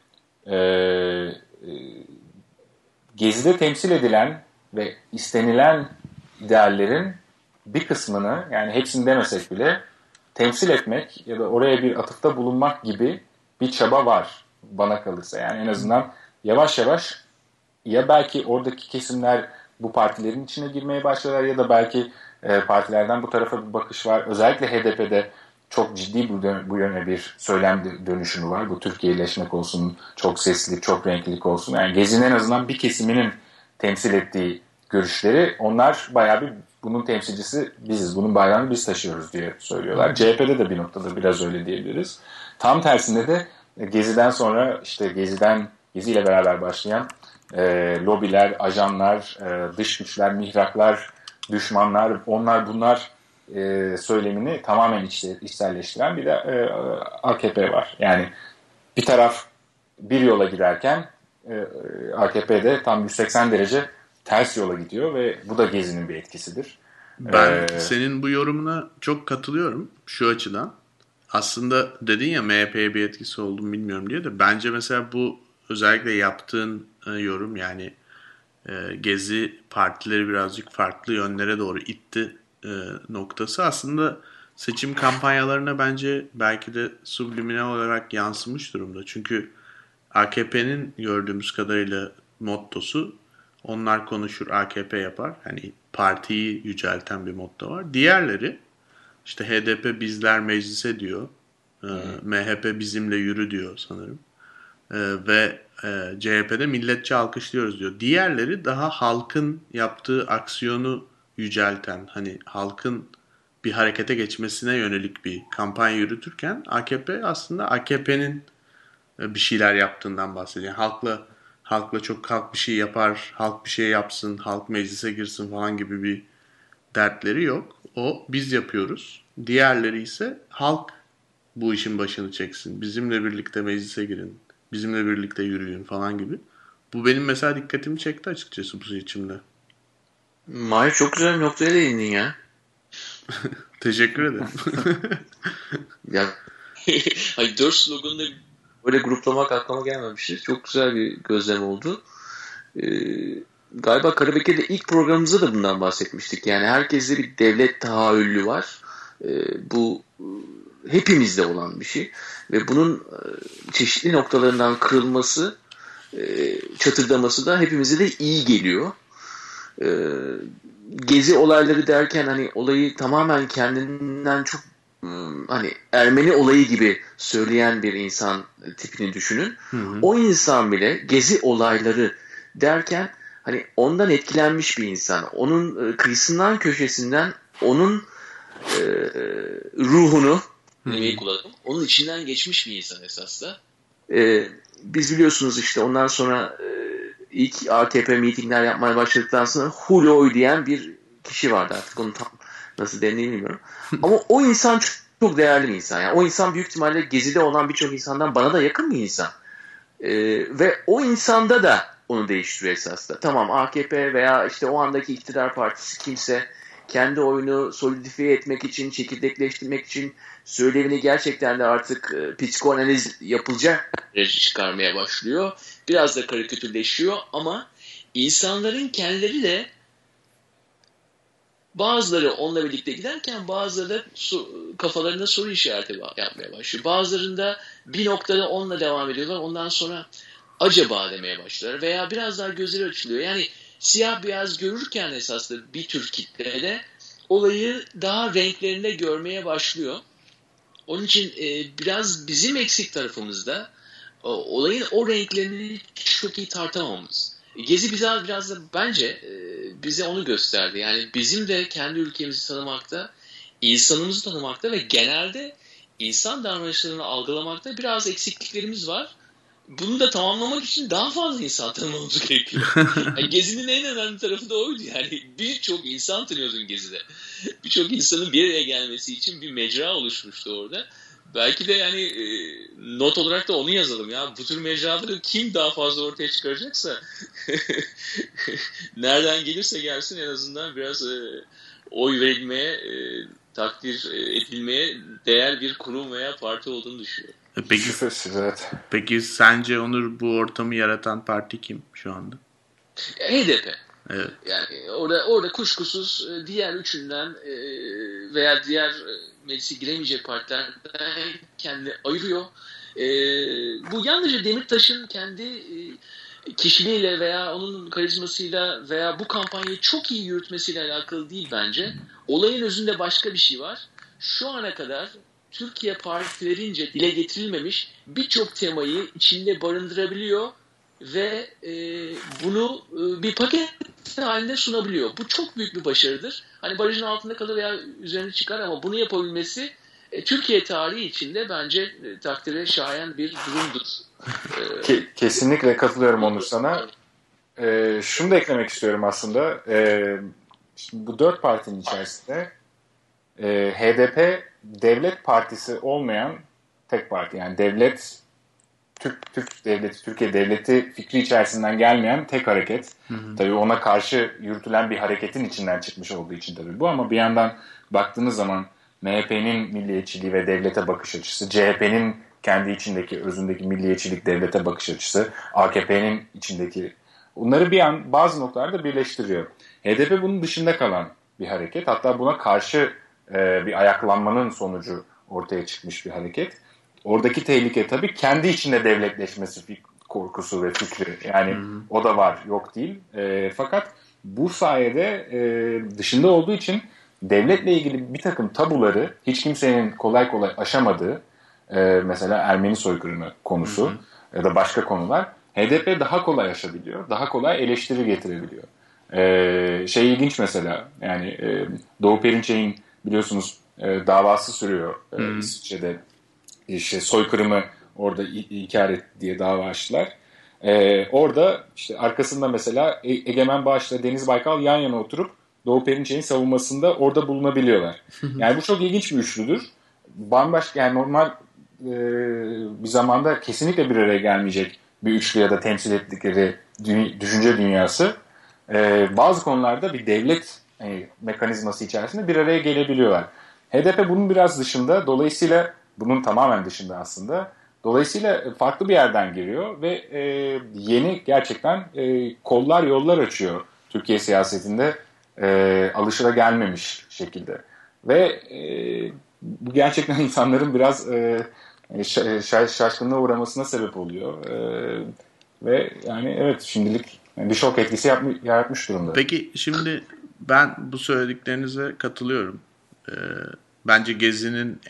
Gezi'de temsil edilen ve istenilen ideallerin bir kısmını, yani hepsini demesek bile, temsil etmek ya da oraya bir atıfta bulunmak gibi bir çaba var bana kalırsa. Yani en azından yavaş yavaş ya belki oradaki kesimler bu partilerin içine girmeye başlarlar ya da belki partilerden bu tarafa bir bakış var. Özellikle HDP'de çok ciddi bu yöne bir söylem dönüşümü var. Bu Türkiye'leşmek olsun, çok seslilik, çok renklilik olsun. Yani Gezi'nin en azından bir kesiminin temsil ettiği görüşleri, onlar bayağı bir bunun temsilcisi biziz, bunun bayrağını biz taşıyoruz diye söylüyorlar. CHP'de de bir noktada biraz öyle diyebiliriz. Tam tersinde de Gezi'den sonra işte Gezi ile beraber başlayan lobiler, ajanlar, dış güçler, mihraklar, düşmanlar, onlar bunlar söylemini tamamen içselleştiren bir de AKP var. Yani bir taraf bir yola giderken AKP'de tam 180 derece ters yola gidiyor ve bu da Gezi'nin bir etkisidir. Ben senin bu yorumuna çok katılıyorum şu açıdan. Aslında dedin ya MHP'ye bir etkisi oldu mu bilmiyorum diye de, bence mesela bu özellikle yaptığın yorum, yani Gezi partileri birazcık farklı yönlere doğru itti noktası aslında seçim kampanyalarına bence belki de subliminal olarak yansımış durumda. Çünkü AKP'nin gördüğümüz kadarıyla mottosu onlar konuşur AKP yapar. Hani partiyi yücelten bir motto var. Diğerleri işte HDP bizler meclise diyor. MHP bizimle yürü diyor sanırım. Ve CHP'de milletçe alkışlıyoruz diyor. Diğerleri daha halkın yaptığı aksiyonu yücelten, hani halkın bir harekete geçmesine yönelik bir kampanya yürütürken AKP aslında AKP'nin bir şeyler yaptığından bahsediyor. Halkla çok halk bir şey yapar, halk bir şey yapsın, halk meclise girsin falan gibi bir dertleri yok. O biz yapıyoruz. Diğerleri ise halk bu işin başını çeksin. Bizimle birlikte meclise girin. Bizimle birlikte yürüyün falan gibi. Bu benim mesela dikkatimi çekti açıkçası bu seçimde. Mahir, çok güzel bir noktaya değindin ya. Teşekkür ederim. Ya hayır, 4 sloganları böyle gruplamak aklıma gelmemişti. Çok güzel bir gözlem oldu. Galiba Karabekir'de ilk programımızda da bundan bahsetmiştik. Yani herkeste bir devlet tahayyülü var. Bu hepimizde olan bir şey. Ve bunun çeşitli noktalarından kırılması, çatırdaması da hepimize de iyi geliyor. Gezi olayları derken hani olayı tamamen kendinden çok hani Ermeni olayı gibi söyleyen bir insan tipini düşünün. O insan bile Gezi olayları derken hani ondan etkilenmiş bir insan. Onun kıyısından köşesinden onun ruhunu onun içinden geçmiş bir insan esas da. Biz biliyorsunuz işte ondan sonra ilk AKP mitingler yapmaya başladıktan sonra Huloy diyen bir kişi vardı, artık onu tam nasıl dendiğini bilmiyorum. Ama o insan çok, çok değerli bir insan. Yani o insan büyük ihtimalle Gezi'de olan birçok insandan bana da yakın bir insan. Ve o insanda da onu değiştiriyor esasında. Tamam, AKP veya işte o andaki iktidar partisi kimse kendi oyunu solidifiye etmek için, çekirdekleştirmek için söylevini gerçekten de artık psikoanaliz yapılacak derece çıkarmaya başlıyor. Biraz da karikatürleşiyor ama insanların kendileri de, bazıları onunla birlikte giderken bazıları da kafalarında soru işareti yapmaya başlıyor. Bazılarında bir noktada onunla devam ediyorlar. Ondan sonra acaba demeye başlar veya biraz daha gözleri açılıyor. Yani siyah beyaz görürken esasında bir tür kitlede olayı daha renklerinde görmeye başlıyor. Onun için biraz bizim eksik tarafımızda olayın o renklerini çok iyi tartamamız. Gezi bize biraz da bence bize onu gösterdi. Yani bizim de kendi ülkemizi tanımakta, insanımızı tanımakta ve genelde insan davranışlarını algılamakta biraz eksikliklerimiz var. bunu da tamamlamak için daha fazla insan tanımamız gerekiyor. Yani Gezi'nin en önemli tarafı da oydu. Yani birçok insan tanıyordun Gezi'de. Birçok insanın bir araya gelmesi için bir mecra oluşmuştu orada. Belki de yani not olarak da onu yazalım ya. Bu tür mecraları kim daha fazla ortaya çıkaracaksa nereden gelirse gelsin en azından biraz oy verilmeye, takdir edilmeye değer bir kurum veya parti olduğunu düşünüyorum. Peki, Şüphesiz, evet. Peki sence Onur, bu ortamı yaratan parti kim şu anda? HDP. Evet. Yani orada kuşkusuz diğer üçünden veya diğer meclise giremeyecek partilerden kendini ayırıyor. Bu yalnızca Demirtaş'ın kendi kişiliğiyle veya onun karizmasıyla veya bu kampanyayı çok iyi yürütmesiyle alakalı değil bence. Olayın özünde başka bir şey var. Şu ana kadar Türkiye partilerince dile getirilmemiş birçok temayı içinde barındırabiliyor ve bunu bir paket halinde sunabiliyor. Bu çok büyük bir başarıdır. Hani barajın altında kalır veya üzerine çıkar ama bunu yapabilmesi Türkiye tarihi içinde bence takdire şayan bir durumdur. Kesinlikle katılıyorum Onur sana. Şunu da eklemek istiyorum aslında. Şimdi bu 4 partinin içerisinde HDP devlet partisi olmayan tek parti. Yani Türk devleti, Türkiye devleti fikri içerisinden gelmeyen tek hareket. Tabii ona karşı yürütülen bir hareketin içinden çıkmış olduğu için tabii bu, ama bir yandan baktığınız zaman MHP'nin milliyetçiliği ve devlete bakış açısı, CHP'nin kendi içindeki, özündeki milliyetçilik, devlete bakış açısı, AKP'nin içindeki, bunları bazı noktalarda birleştiriyor. HDP bunun dışında kalan bir hareket. Hatta buna karşı bir ayaklanmanın sonucu ortaya çıkmış bir hareket. Oradaki tehlike tabii kendi içinde devletleşmesi korkusu ve fikri. Yani o da var, yok değil. Fakat bu sayede dışında olduğu için devletle ilgili bir takım tabuları hiç kimsenin kolay kolay aşamadığı, mesela Ermeni soykırımı konusu ya da başka konular, HDP daha kolay aşabiliyor, daha kolay eleştiri getirebiliyor. İlginç mesela, yani Doğu Perinçek'in biliyorsunuz davası sürüyor İsviçre'de. İşte soykırımı orada inkar etti diye dava açtılar. Orada işte arkasında mesela Egemen Bağış'la Deniz Baykal yan yana oturup Doğu Perinçek'in savunmasında orada bulunabiliyorlar. Yani bu çok ilginç bir üçlüdür. Bambaşka, yani normal bir zamanda kesinlikle bir araya gelmeyecek bir üçlü ya da temsil ettikleri düşünce dünyası bazı konularda bir devlet mekanizması içerisinde bir araya gelebiliyorlar. HDP bunun biraz dışında, dolayısıyla bunun tamamen dışında aslında. Dolayısıyla farklı bir yerden giriyor ve yeni gerçekten kollar, yollar açıyor Türkiye siyasetinde alışılagelmemiş şekilde. Ve bu gerçekten insanların biraz şaşkınlığa uğramasına sebep oluyor. Ve yani evet, şimdilik bir şok etkisi yaratmış durumda. Peki şimdi ben bu söylediklerinize katılıyorum. Bence Gezi'nin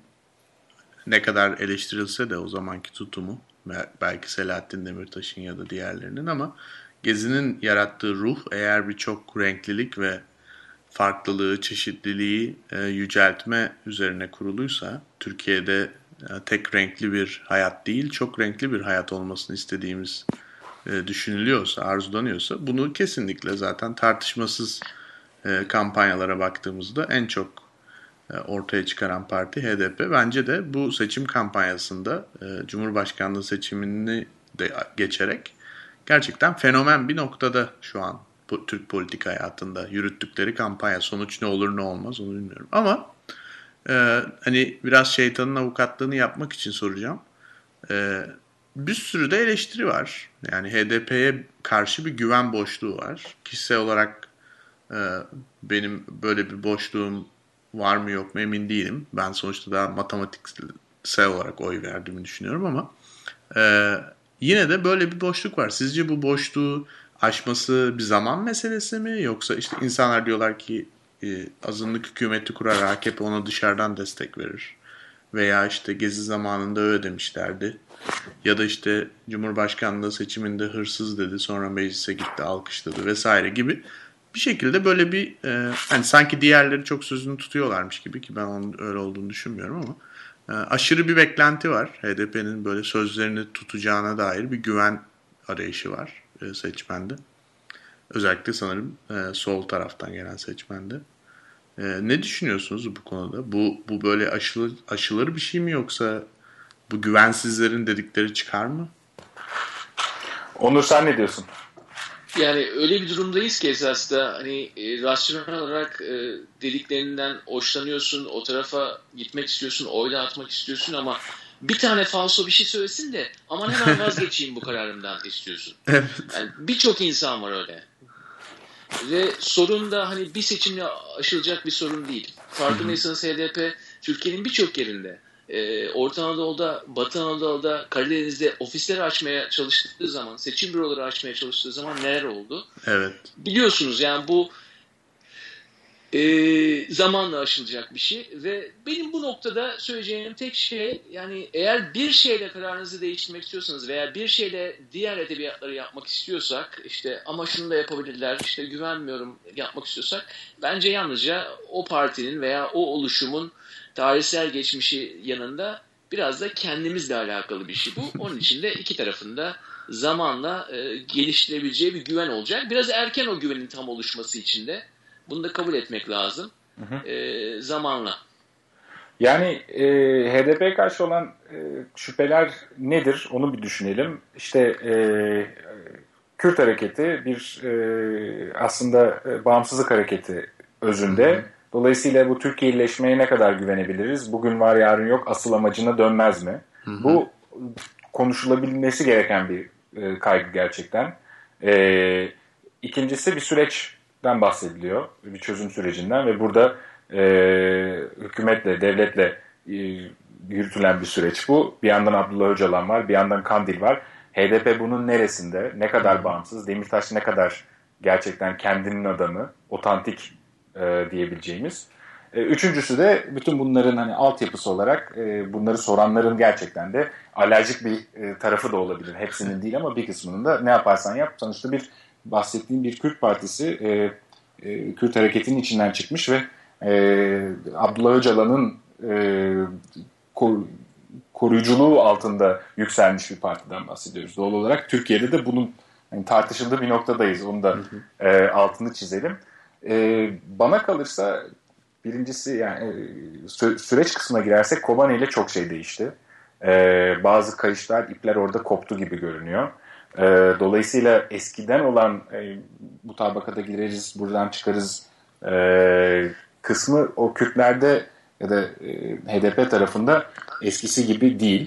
ne kadar eleştirilse de o zamanki tutumu, belki Selahattin Demirtaş'ın ya da diğerlerinin, ama Gezi'nin yarattığı ruh eğer birçok renklilik ve farklılığı, çeşitliliği yüceltme üzerine kuruluysa, Türkiye'de tek renkli bir hayat değil, çok renkli bir hayat olmasını istediğimiz düşünülüyorsa, arzulanıyorsa, bunu kesinlikle zaten tartışmasız kampanyalara baktığımızda en çok ortaya çıkaran parti HDP. Bence de bu seçim kampanyasında Cumhurbaşkanlığı seçimini de geçerek gerçekten fenomen bir noktada şu an Türk politik hayatında yürüttükleri kampanya. Sonuç ne olur ne olmaz onu bilmiyorum. Ama hani biraz şeytanın avukatlığını yapmak için soracağım. Bir sürü de eleştiri var. Yani HDP'ye karşı bir güven boşluğu var. Kişisel olarak benim böyle bir boşluğum var mı yok mu emin değilim. Ben sonuçta daha matematiksel olarak oy verdiğimi düşünüyorum ama yine de böyle bir boşluk var. Sizce bu boşluğu aşması bir zaman meselesi mi? Yoksa işte insanlar diyorlar ki azınlık hükümeti kurar, AKP ona dışarıdan destek verir. Veya işte Gezi zamanında öyle demişlerdi. Ya da işte Cumhurbaşkanlığı seçiminde hırsız dedi, sonra meclise gitti, alkışladı vesaire gibi. Bir şekilde böyle bir hani sanki diğerleri çok sözünü tutuyorlarmış gibi, ki ben onun öyle olduğunu düşünmüyorum, ama Aşırı bir beklenti var. HDP'nin böyle sözlerini tutacağına dair bir güven arayışı var seçmende. Özellikle sanırım sol taraftan gelen seçmende. Ne düşünüyorsunuz bu konuda? Bu böyle aşıları bir şey mi, yoksa bu güvensizlerin dedikleri çıkar mı? Onur, sen ne diyorsun? Yani öyle bir durumdayız ki esasında hani rasyonel olarak dediklerinden hoşlanıyorsun, o tarafa gitmek istiyorsun, oyla atmak istiyorsun ama bir tane falso bir şey söylesin de aman hemen vazgeçeyim bu kararımdan istiyorsun. Evet. Yani birçok insan var öyle. Ve sorun da hani bir seçimle aşılacak bir sorun değil. Farkındaysanız HDP Türkiye'nin birçok yerinde, Orta Anadolu'da, Batı Anadolu'da, Karadeniz'de ofisleri açmaya çalıştığı zaman, seçim büroları açmaya çalıştığı zaman neler oldu? Evet. Biliyorsunuz yani bu zamanla aşılacak bir şey ve benim bu noktada söyleyeceğim tek şey, yani eğer bir şeyle kararınızı değiştirmek istiyorsanız veya bir şeyle diğer edebiyatları yapmak istiyorsak, işte ama şunu da yapabilirler, işte güvenmiyorum yapmak istiyorsak, bence yalnızca o partinin veya o oluşumun tarihsel geçmişi yanında biraz da kendimizle alakalı bir şey bu. Onun için de iki tarafında zamanla geliştirebileceği bir güven olacak. Biraz erken o güvenin tam oluşması için de bunu da kabul etmek lazım. Zamanla. Yani HDP'ye karşı olan şüpheler nedir? Onu bir düşünelim. İşte Kürt hareketi bir aslında bağımsızlık hareketi özünde. Hı hı. Dolayısıyla bu Türkiye'leşmeye ne kadar güvenebiliriz? Bugün var yarın yok, asıl amacına dönmez mi? Hı hı. Bu konuşulabilmesi gereken bir kaygı gerçekten. İkincisi bir süreçten bahsediliyor. Bir çözüm sürecinden ve burada hükümetle, devletle yürütülen bir süreç bu. Bir yandan Abdullah Öcalan var, bir yandan Kandil var. HDP bunun neresinde, ne kadar bağımsız, Demirtaş ne kadar gerçekten kendinin adamı, otantik diyebileceğimiz. Üçüncüsü de bütün bunların hani altyapısı olarak bunları soranların gerçekten de alerjik bir tarafı da olabilir. Hepsinin değil ama bir kısmının da ne yaparsan yap. Sonuçta bir bahsettiğim bir Kürt partisi Kürt hareketinin içinden çıkmış ve Abdullah Öcalan'ın koruyuculuğu altında yükselmiş bir partiden bahsediyoruz. Doğal olarak Türkiye'de de bunun yani tartışıldığı bir noktadayız. Onu da altını çizelim. Bana kalırsa birincisi yani süreç kısmına girersek Kobane ile çok şey değişti. Bazı kayışlar, ipler orada koptu gibi görünüyor. Dolayısıyla eskiden olan bu tabakada gireriz, buradan çıkarız kısmı o Kürtlerde ya da HDP tarafında eskisi gibi değil.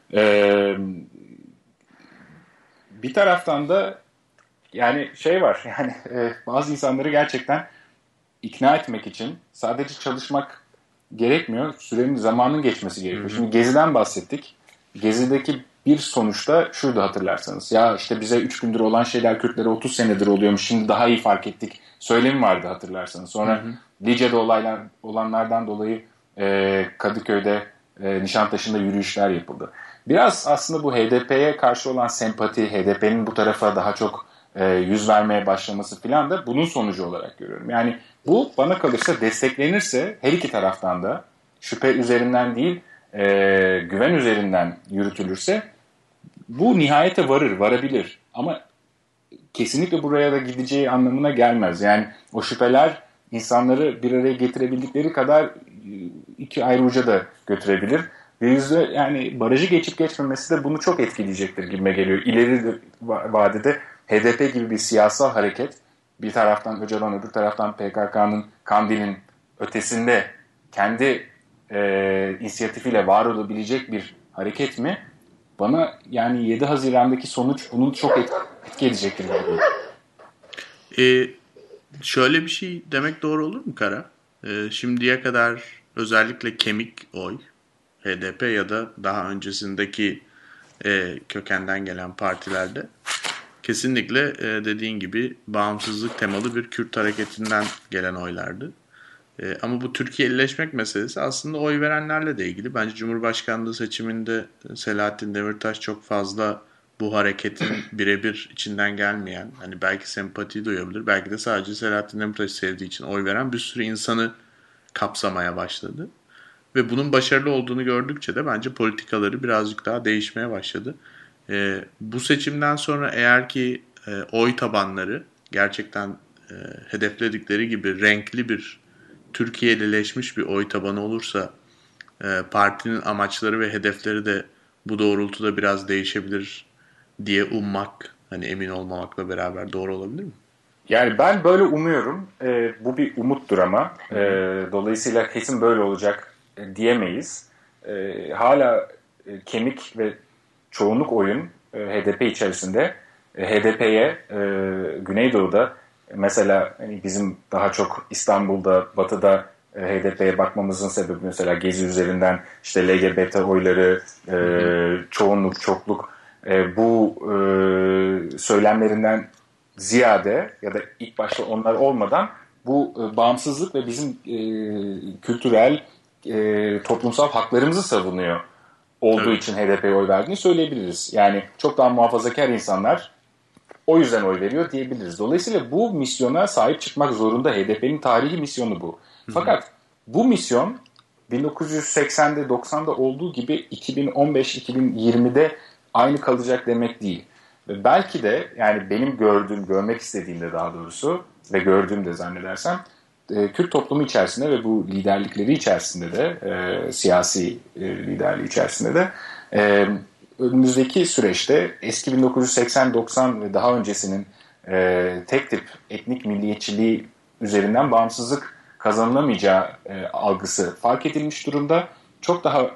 Bir taraftan da yani şey var, yani bazı insanları gerçekten ikna etmek için sadece çalışmak gerekmiyor. Sürenin, zamanın geçmesi gerekiyor. Hı hı. Şimdi Gezi'den bahsettik. Gezi'deki bir sonuçta şuydu hatırlarsanız. Ya işte bize 3 gündür olan şeyler Kürtlere 30 senedir oluyormuş. Şimdi daha iyi fark ettik. Söylemi vardı hatırlarsanız. Sonra Lice'de olanlardan dolayı Kadıköy'de, Nişantaşı'nda yürüyüşler yapıldı. Biraz aslında bu HDP'ye karşı olan sempati, HDP'nin bu tarafa daha çok yüz vermeye başlaması falan da bunun sonucu olarak görüyorum. Yani bu bana kalırsa desteklenirse her iki taraftan da şüphe üzerinden değil güven üzerinden yürütülürse bu nihayete varabilir. Ama kesinlikle buraya da gideceği anlamına gelmez. Yani o şüpheler insanları bir araya getirebildikleri kadar iki ayrı uca da götürebilir. Ve yani barajı geçip geçmemesi de bunu çok etkileyecektir gibime geliyor. İleri vadede HDP gibi bir siyasal hareket, bir taraftan Öcalan, öbür taraftan PKK'nın, Kandil'in ötesinde kendi inisiyatifiyle var olabilecek bir hareket mi? Bana yani 7 Haziran'daki sonuç bunun çok etki edecektir. Şöyle bir şey demek doğru olur mu Kara? Şimdiye kadar özellikle kemik oy, HDP ya da daha öncesindeki kökenden gelen partilerde kesinlikle dediğin gibi bağımsızlık temalı bir Kürt hareketinden gelen oylardı. Ama bu Türkiye'lileşmek meselesi aslında oy verenlerle de ilgili. Bence Cumhurbaşkanlığı seçiminde Selahattin Demirtaş çok fazla bu hareketin birebir içinden gelmeyen, hani belki sempati duyabilir, belki de sadece Selahattin Demirtaş'ı sevdiği için oy veren bir sürü insanı kapsamaya başladı. Ve bunun başarılı olduğunu gördükçe de bence politikaları birazcık daha değişmeye başladı. Bu seçimden sonra eğer ki oy tabanları gerçekten hedefledikleri gibi renkli bir Türkiye'lileşmiş bir oy tabanı olursa partinin amaçları ve hedefleri de bu doğrultuda biraz değişebilir diye ummak, hani emin olmamakla beraber doğru olabilir mi? Yani ben böyle umuyorum. Bu bir umuttur ama. Dolayısıyla kesin böyle olacak diyemeyiz. Hala kemik ve çoğunluk oyun HDP içerisinde. HDP'ye Güneydoğu'da mesela hani bizim daha çok İstanbul'da, Batı'da HDP'ye bakmamızın sebebi mesela Gezi üzerinden işte LGBT oyları, çoğunluk, çokluk bu söylemlerinden ziyade ya da ilk başta onlar olmadan bu bağımsızlık ve bizim kültürel, toplumsal haklarımızı savunuyor olduğu Evet. için HDP'ye oy verdiğini söyleyebiliriz. Yani çok daha muhafazakar insanlar o yüzden oy veriyor diyebiliriz. Dolayısıyla bu misyona sahip çıkmak zorunda. HDP'nin tarihi misyonu bu. Fakat bu misyon 1980'de 90'da olduğu gibi 2015-2020'de aynı kalacak demek değil. Ve belki de yani benim görmek istediğimde daha doğrusu ve gördüğümde zannedersem Kürt toplumu içerisinde ve bu liderlikleri içerisinde de siyasi liderliği içerisinde de önümüzdeki süreçte eski 1980-90 ve daha öncesinin tek tip etnik milliyetçiliği üzerinden bağımsızlık kazanılamayacağı algısı fark edilmiş durumda. Çok daha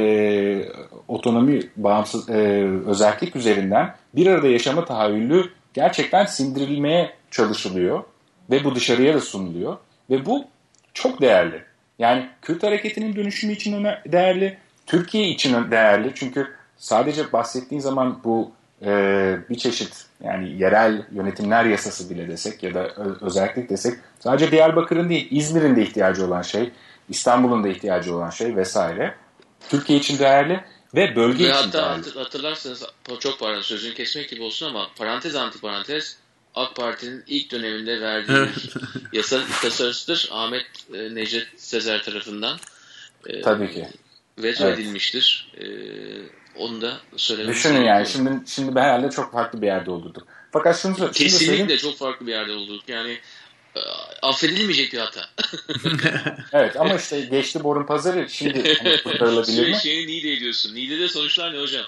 otonomi, bağımsız, özellik üzerinden bir arada yaşama tahayyülü gerçekten sindirilmeye çalışılıyor ve bu dışarıya da sunuluyor ve bu çok değerli. Yani Kürt hareketinin dönüşümü için değerli, Türkiye için değerli çünkü sadece bahsettiğin zaman bu bir çeşit yani yerel yönetimler yasası bile desek ya da özellik desek sadece Diyarbakır'ın değil İzmir'in de ihtiyacı olan şey, İstanbul'un da ihtiyacı olan şey vesaire. Türkiye için değerli ve bölge için değerli. Hatırlarsanız çok pardon sözünü kesmek gibi olsun ama parantez antiparantez AK Parti'nin ilk döneminde verdiği yasa tasarısıdır. Ahmet Necdet Sezer tarafından tabii ki veto edilmiştir. Onu da söylemek düşünün yani şimdi herhalde çok farklı bir yerde olurduk. Fakat şunu kesinlikle çok farklı bir yerde olurduk. Yani affedilmeyecek bir hata. Evet ama işte geçti borun pazarı şimdi kurtarılabilir mi? Şeyini Niğde ediyorsun. Niğde'de sonuçlar ne hocam?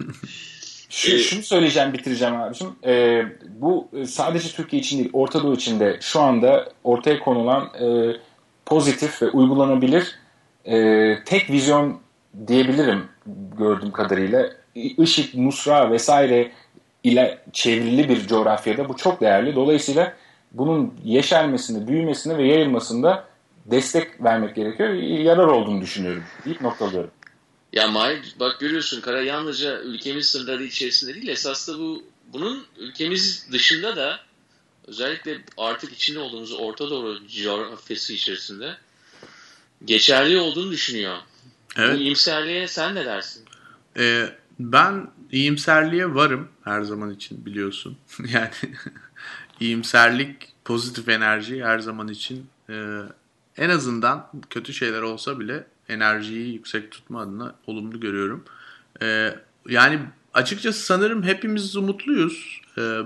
Şunu söyleyeceğim bitireceğim abicim. Bu sadece Türkiye için değil Orta Doğu için de şu anda ortaya konulan pozitif ve uygulanabilir tek vizyon diyebilirim gördüğüm kadarıyla. IŞİD, Nusra vesaire ile çevrili bir coğrafyada bu çok değerli. Dolayısıyla bunun yeşermesinde, büyümesinde ve yayılmasında destek vermek gerekiyor. Yarar olduğunu düşünüyorum deyip noktalıyorum. Ya Mahir bak görüyorsun Kara yalnızca ülkemiz sınırları içerisinde değil esas da bunun ülkemiz dışında da özellikle artık içinde olduğumuz Orta Doğu coğrafyası içerisinde geçerli olduğunu düşünüyor. Evet. Bu iyimserliğe sen ne dersin? Ben iyimserliğe varım her zaman için biliyorsun. Yani iyimserlik, pozitif enerji her zaman için en azından kötü şeyler olsa bile enerjiyi yüksek tutma adına olumlu görüyorum. Yani açıkçası sanırım hepimiz umutluyuz.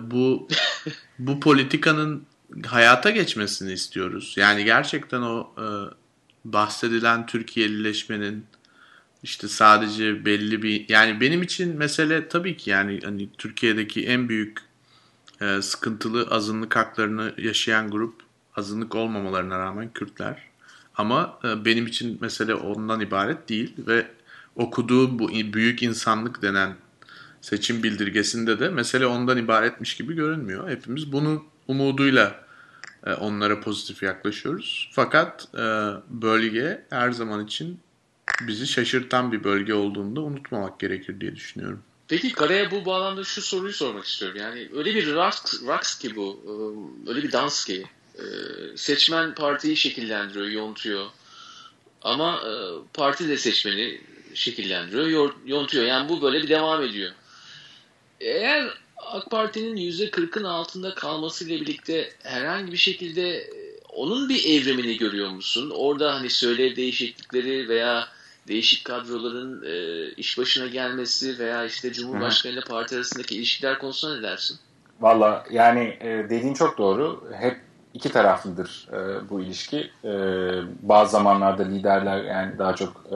Bu politikanın hayata geçmesini istiyoruz. Yani gerçekten o bahsedilen Türkiye'lileşmenin işte sadece belli bir yani benim için mesele tabii ki yani hani Türkiye'deki en büyük sıkıntılı azınlık haklarını yaşayan grup azınlık olmamalarına rağmen Kürtler. Ama benim için mesele ondan ibaret değil ve okuduğum bu büyük insanlık denen seçim bildirgesinde de mesele ondan ibaretmiş gibi görünmüyor. Hepimiz bunun umuduyla onlara pozitif yaklaşıyoruz. Fakat bölge her zaman için bizi şaşırtan bir bölge olduğunu da unutmamak gerekir diye düşünüyorum. Peki Kara'ya bu bağlamda şu soruyu sormak istiyorum. Yani öyle bir raks ki bu, öyle bir dans ki seçmen partiyi şekillendiriyor, yontuyor. Ama parti de seçmeni şekillendiriyor, yontuyor. Yani bu böyle bir devam ediyor. Eğer AK Parti'nin %40'ın altında kalmasıyla birlikte herhangi bir şekilde onun bir evrimini görüyor musun? Orada hani söyle değişiklikleri veya değişik kadroların iş başına gelmesi veya işte Cumhurbaşkanı ile parti arasındaki ilişkiler konusunda ne dersin? Valla yani dediğin çok doğru. Hep iki taraflıdır bu ilişki. Bazı zamanlarda liderler yani daha çok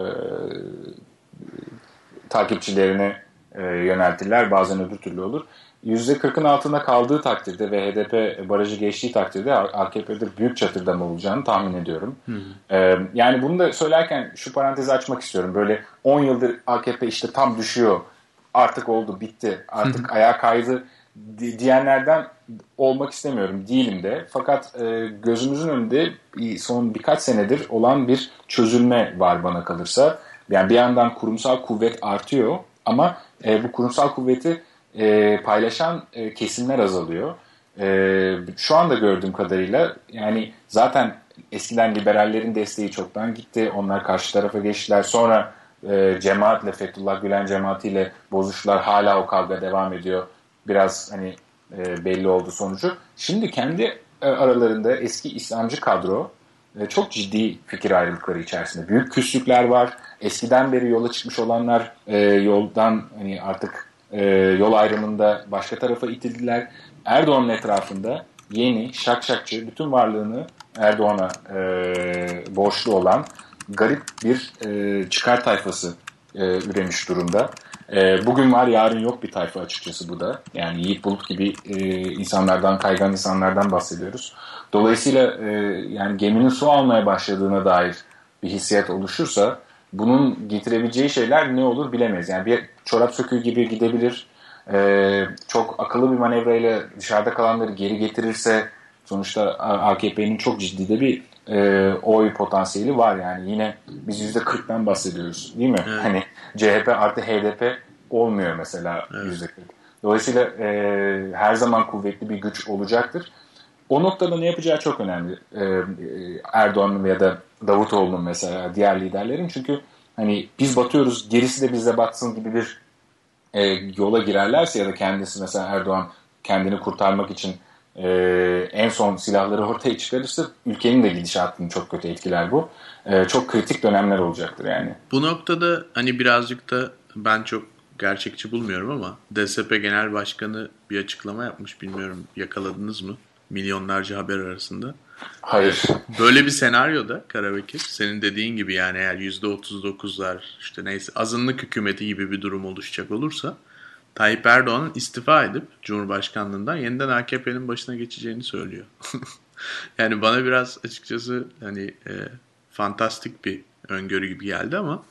takipçilerine yöneltirler. Bazen öbür türlü olur. %40'ın altında kaldığı takdirde ve HDP barajı geçtiği takdirde AKP'de büyük çatırdama olacağını tahmin ediyorum. Yani bunu da söylerken şu parantezi açmak istiyorum. Böyle 10 yıldır AKP işte tam düşüyor. Artık oldu, bitti. Artık ayağa kaydı diyenlerden olmak istemiyorum. Değilim de. Fakat gözümüzün önünde son birkaç senedir olan bir çözülme var bana kalırsa. Yani bir yandan kurumsal kuvvet artıyor ama bu kurumsal kuvveti paylaşan kesimler azalıyor. Şu anda gördüğüm kadarıyla yani zaten eskiden liberallerin desteği çoktan gitti. Onlar karşı tarafa geçtiler. Sonra cemaatle, Fethullah Gülen cemaatiyle bozuştular. Hala o kavga devam ediyor. Biraz hani belli oldu sonucu. Şimdi kendi aralarında eski İslamcı kadro çok ciddi fikir ayrılıkları içerisinde. Büyük küslükler var. Eskiden beri yola çıkmış olanlar yoldan hani artık yol ayrımında başka tarafa itildiler. Erdoğan'ın etrafında yeni, şakşakçı, bütün varlığını Erdoğan'a borçlu olan garip bir çıkar tayfası üremiş durumda. Bugün var yarın yok bir tayfa açıkçası bu da. Yani Yiğit Bulut gibi insanlardan, kaygan insanlardan bahsediyoruz. Dolayısıyla yani geminin su almaya başladığına dair bir hissiyat oluşursa bunun getirebileceği şeyler ne olur bilemeyiz. Yani bir çorap söküğü gibi gidebilir. Çok akıllı bir manevrayla dışarıda kalanları geri getirirse sonuçta AKP'nin çok ciddi de bir oy potansiyeli var yani. Yine biz %40'dan bahsediyoruz değil mi? Evet. Hani CHP artı HDP olmuyor mesela %40. Dolayısıyla her zaman kuvvetli bir güç olacaktır. O noktada ne yapacağı çok önemli. Erdoğan'ın ya da Davutoğlu'nun mesela diğer liderlerin. Çünkü hani biz batıyoruz gerisi de bize batsın gibi bir yola girerlerse ya da kendisi mesela Erdoğan kendini kurtarmak için en son silahları ortaya çıkarırsa ülkenin de gidişatını çok kötü etkiler bu. Çok kritik dönemler olacaktır yani. Bu noktada hani birazcık da ben çok gerçekçi bulmuyorum ama DSP Genel Başkanı bir açıklama yapmış. Bilmiyorum yakaladınız mı? Milyonlarca haber arasında. Hayır. Böyle bir senaryoda Karabekir senin dediğin gibi yani eğer %39'lar işte neyse azınlık hükümeti gibi bir durum oluşacak olursa Tayyip Erdoğan'ın istifa edip Cumhurbaşkanlığından yeniden AKP'nin başına geçeceğini söylüyor. Yani bana biraz açıkçası hani fantastik bir öngörü gibi geldi ama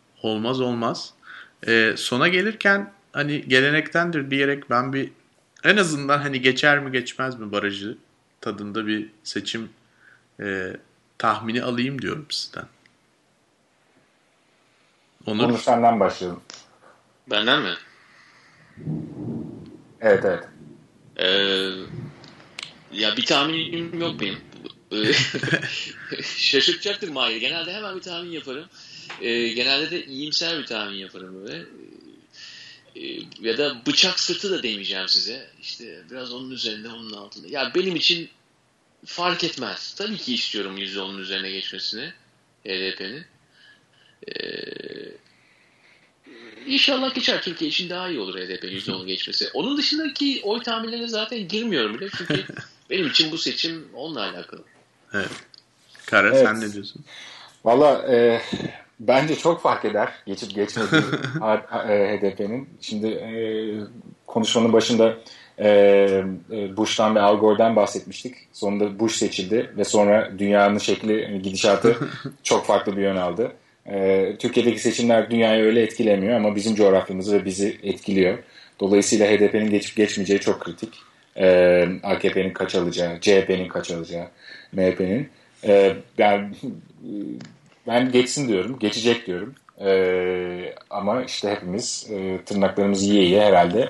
olmaz. Sona gelirken hani gelenektendir diyerek ben bir en azından hani geçer mi geçmez mi barajı tadında bir seçim tahmini alayım diyorum sizden. Onur senden başlayalım. Benden mi? Evet. Ya bir tahminim yok benim. Şaşırtacaktır Mahir. Genelde hemen bir tahmin yaparım. Genelde de iyimser bir tahmin yaparım böyle. Ya da bıçak sırtı da demeyeceğim size. İşte biraz onun üzerinde, onun altında. Ya benim için fark etmez. Tabii ki istiyorum %10'un üzerine geçmesini HDP'nin. İnşallah geçer. Türkiye için daha iyi olur HDP %10'un geçmesi. Onun dışındaki oy tahminlerine zaten girmiyorum bile. Çünkü benim için bu seçim onunla alakalı. Evet. Kara evet. Sen ne diyorsun? Valla bence çok fark eder geçip geçmediği HDP'nin. Şimdi konuşmanın başında Bush'tan ve Al Gore'dan bahsetmiştik. Sonunda Bush seçildi ve sonra dünyanın şekli, gidişatı çok farklı bir yön aldı. Türkiye'deki seçimler dünyayı öyle etkilemiyor ama bizim coğrafyamızı ve bizi etkiliyor. Dolayısıyla HDP'nin geçip geçmeyeceği çok kritik. AKP'nin kaç alacağı, CHP'nin kaç alacağı, MHP'nin. Ben geçsin diyorum, geçecek diyorum. Ama işte hepimiz tırnaklarımızı yiye herhalde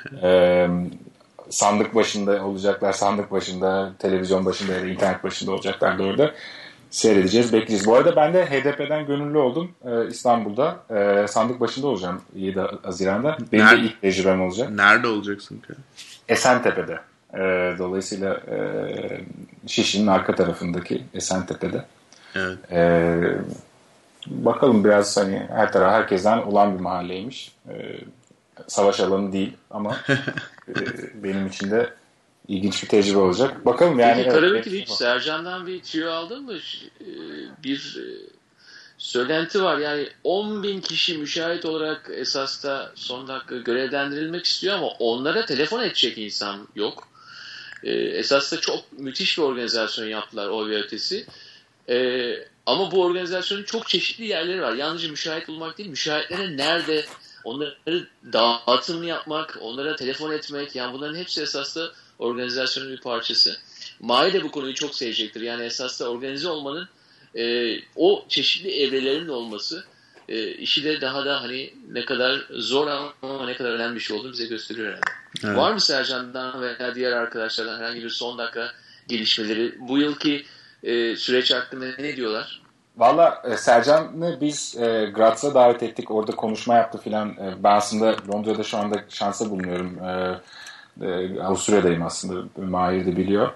sandık başında olacaklar, sandık başında, televizyon başında ya da internet başında olacaklar da orada. Seyredeceğiz, bekleyeceğiz. Bu arada ben de HDP'den gönüllü oldum İstanbul'da. Sandık başında olacağım 7 Haziran'da. Benim de ilk tecrübem olacak. Nerede olacaksın ki? Esentepe'de. Dolayısıyla Şişli'nin arka tarafındaki Esentepe'de. Evet. Bakalım, biraz hani her taraf herkesten olan bir mahalleymiş. Savaş alanı değil ama benim için de ilginç bir tecrübe olacak. Bakalım yani. Peki Karabekir hiç Sercan'dan bir tüyo aldın mı? Bir söylenti var. Yani 10.000 kişi müşahit olarak esasda son dakika görevlendirilmek istiyor ama onlara telefon edecek insan yok. Esasda çok müthiş bir organizasyon yaptılar oy ve ötesi. Ama bu organizasyonun çok çeşitli yerleri var. Yalnızca müşahit bulmak değil, müşahitlere nerede, onları dağıtımını yapmak, onlara telefon etmek, yani bunların hepsi esasda organizasyonun bir parçası. Mahir de bu konuyu çok sevecektir. Yani esasda organize olmanın o çeşitli evrelerin olması işi de daha da hani ne kadar zor ama ne kadar önemli bir şey olduğunu bize gösteriyor herhalde. Evet. Var mı Sercan'dan veya diğer arkadaşlardan herhangi bir son dakika gelişmeleri? Bu yılki süreç hakkında ne diyorlar? Valla Sercan'ı biz Graz'a davet ettik. Orada konuşma yaptı filan. Ben aslında Londra'da şu anda şansa bulunuyorum. Avusturya'dayım aslında. Mahir de biliyor.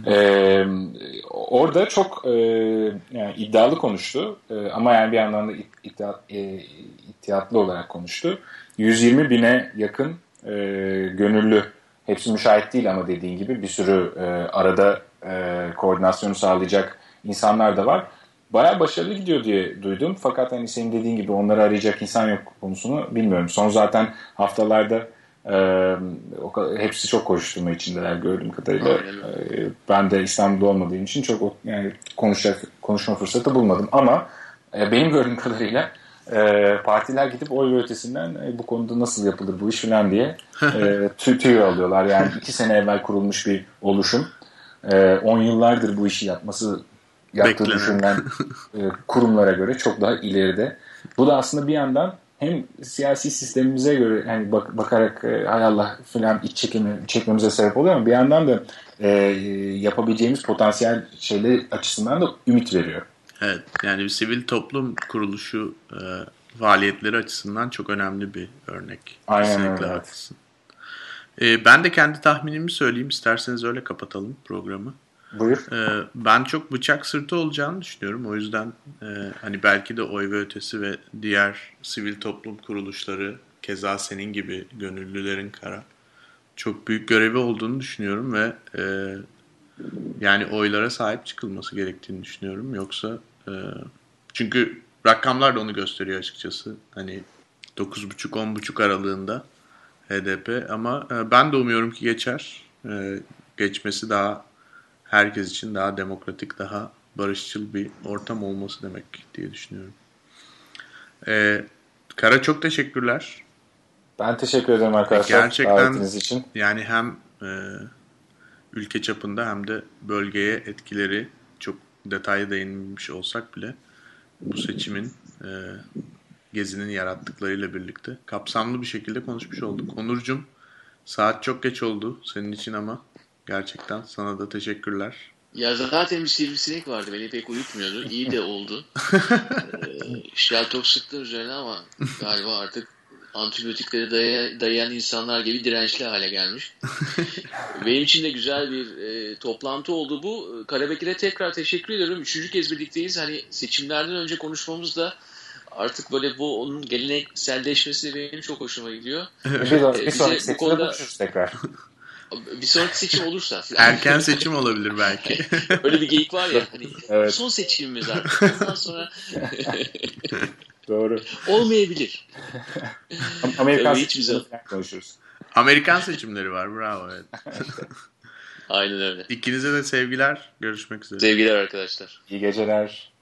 Orada çok yani iddialı konuştu. Ama yani bir yandan da ihtiyatlı olarak konuştu. 120 bine yakın gönüllü. Hepsi müşahit değil ama dediğin gibi bir sürü arada koordinasyonu sağlayacak insanlar da var. Bayağı başarılı gidiyor diye duydum. Fakat hani senin dediğin gibi onları arayacak insan yok konusunu bilmiyorum. Son zaten haftalarda hepsi çok koşturma içindeler gördüğüm kadarıyla. Ben de İstanbul'da olmadığım için çok yani konuşma fırsatı bulmadım. Ama benim gördüğüm kadarıyla partiler gidip oy ve ötesinden bu konuda nasıl yapılır bu iş falan diye tüy alıyorlar. Yani 2 sene evvel kurulmuş bir oluşum. 10 yıllardır bu işi yaptığı düşünülen kurumlara göre çok daha ileride. Bu da aslında bir yandan hem siyasi sistemimize göre yani bakarak hay Allah filan iç çekmemize sebep oluyor ama bir yandan da yapabileceğimiz potansiyel şeyler açısından da ümit veriyor. Evet, yani bir sivil toplum kuruluşu faaliyetleri açısından çok önemli bir örnek. Aynen öyle. Haklısın. Ben de kendi tahminimi söyleyeyim. İsterseniz öyle kapatalım programı. Buyur. Ben çok bıçak sırtı olacağını düşünüyorum. O yüzden hani belki de oy ve ötesi ve diğer sivil toplum kuruluşları, keza senin gibi gönüllülerin çok büyük görevi olduğunu düşünüyorum ve yani oylara sahip çıkılması gerektiğini düşünüyorum. Yoksa çünkü rakamlar da onu gösteriyor açıkçası. Hani 9,5-10,5 aralığında HDP ama ben de umuyorum ki geçer. Geçmesi daha herkes için daha demokratik, daha barışçıl bir ortam olması demek diye düşünüyorum. Kara çok teşekkürler. Ben teşekkür ederim arkadaşlar. Gerçekten davetiniz için. Yani hem ülke çapında hem de bölgeye etkileri çok detaylı değinmiş olsak bile bu seçimin Gezi'nin yarattıklarıyla birlikte kapsamlı bir şekilde konuşmuş olduk. Onurcuğum, saat çok geç oldu senin için ama gerçekten sana da teşekkürler. Ya zaten bir sivrisinek vardı. Beni pek uyutmuyordu. İyi de oldu. Şeltok sıktım üzerine ama galiba artık antibiyotikleri dayayan insanlar gibi dirençli hale gelmiş. Benim için de güzel bir toplantı oldu bu. Karabekir'e tekrar teşekkür ediyorum. 3. kez birlikteyiz. Hani seçimlerden önce konuşmamız da artık böyle bu onun gelenekselleşmesi benim çok hoşuma gidiyor. Bir sonraki seçimde buluşuruz tekrar. Bir sonraki seçim olursa. Erken seçim olabilir belki. Öyle bir geyik var ya. Hani evet. Son seçimimiz artık. Ondan sonra doğru. Olmayabilir. Amerikan seçimleri konuşuruz. Amerikan seçimleri var. Bravo. Evet. Aynen öyle. İkinize de sevgiler. Görüşmek üzere. Sevgiler arkadaşlar. İyi geceler.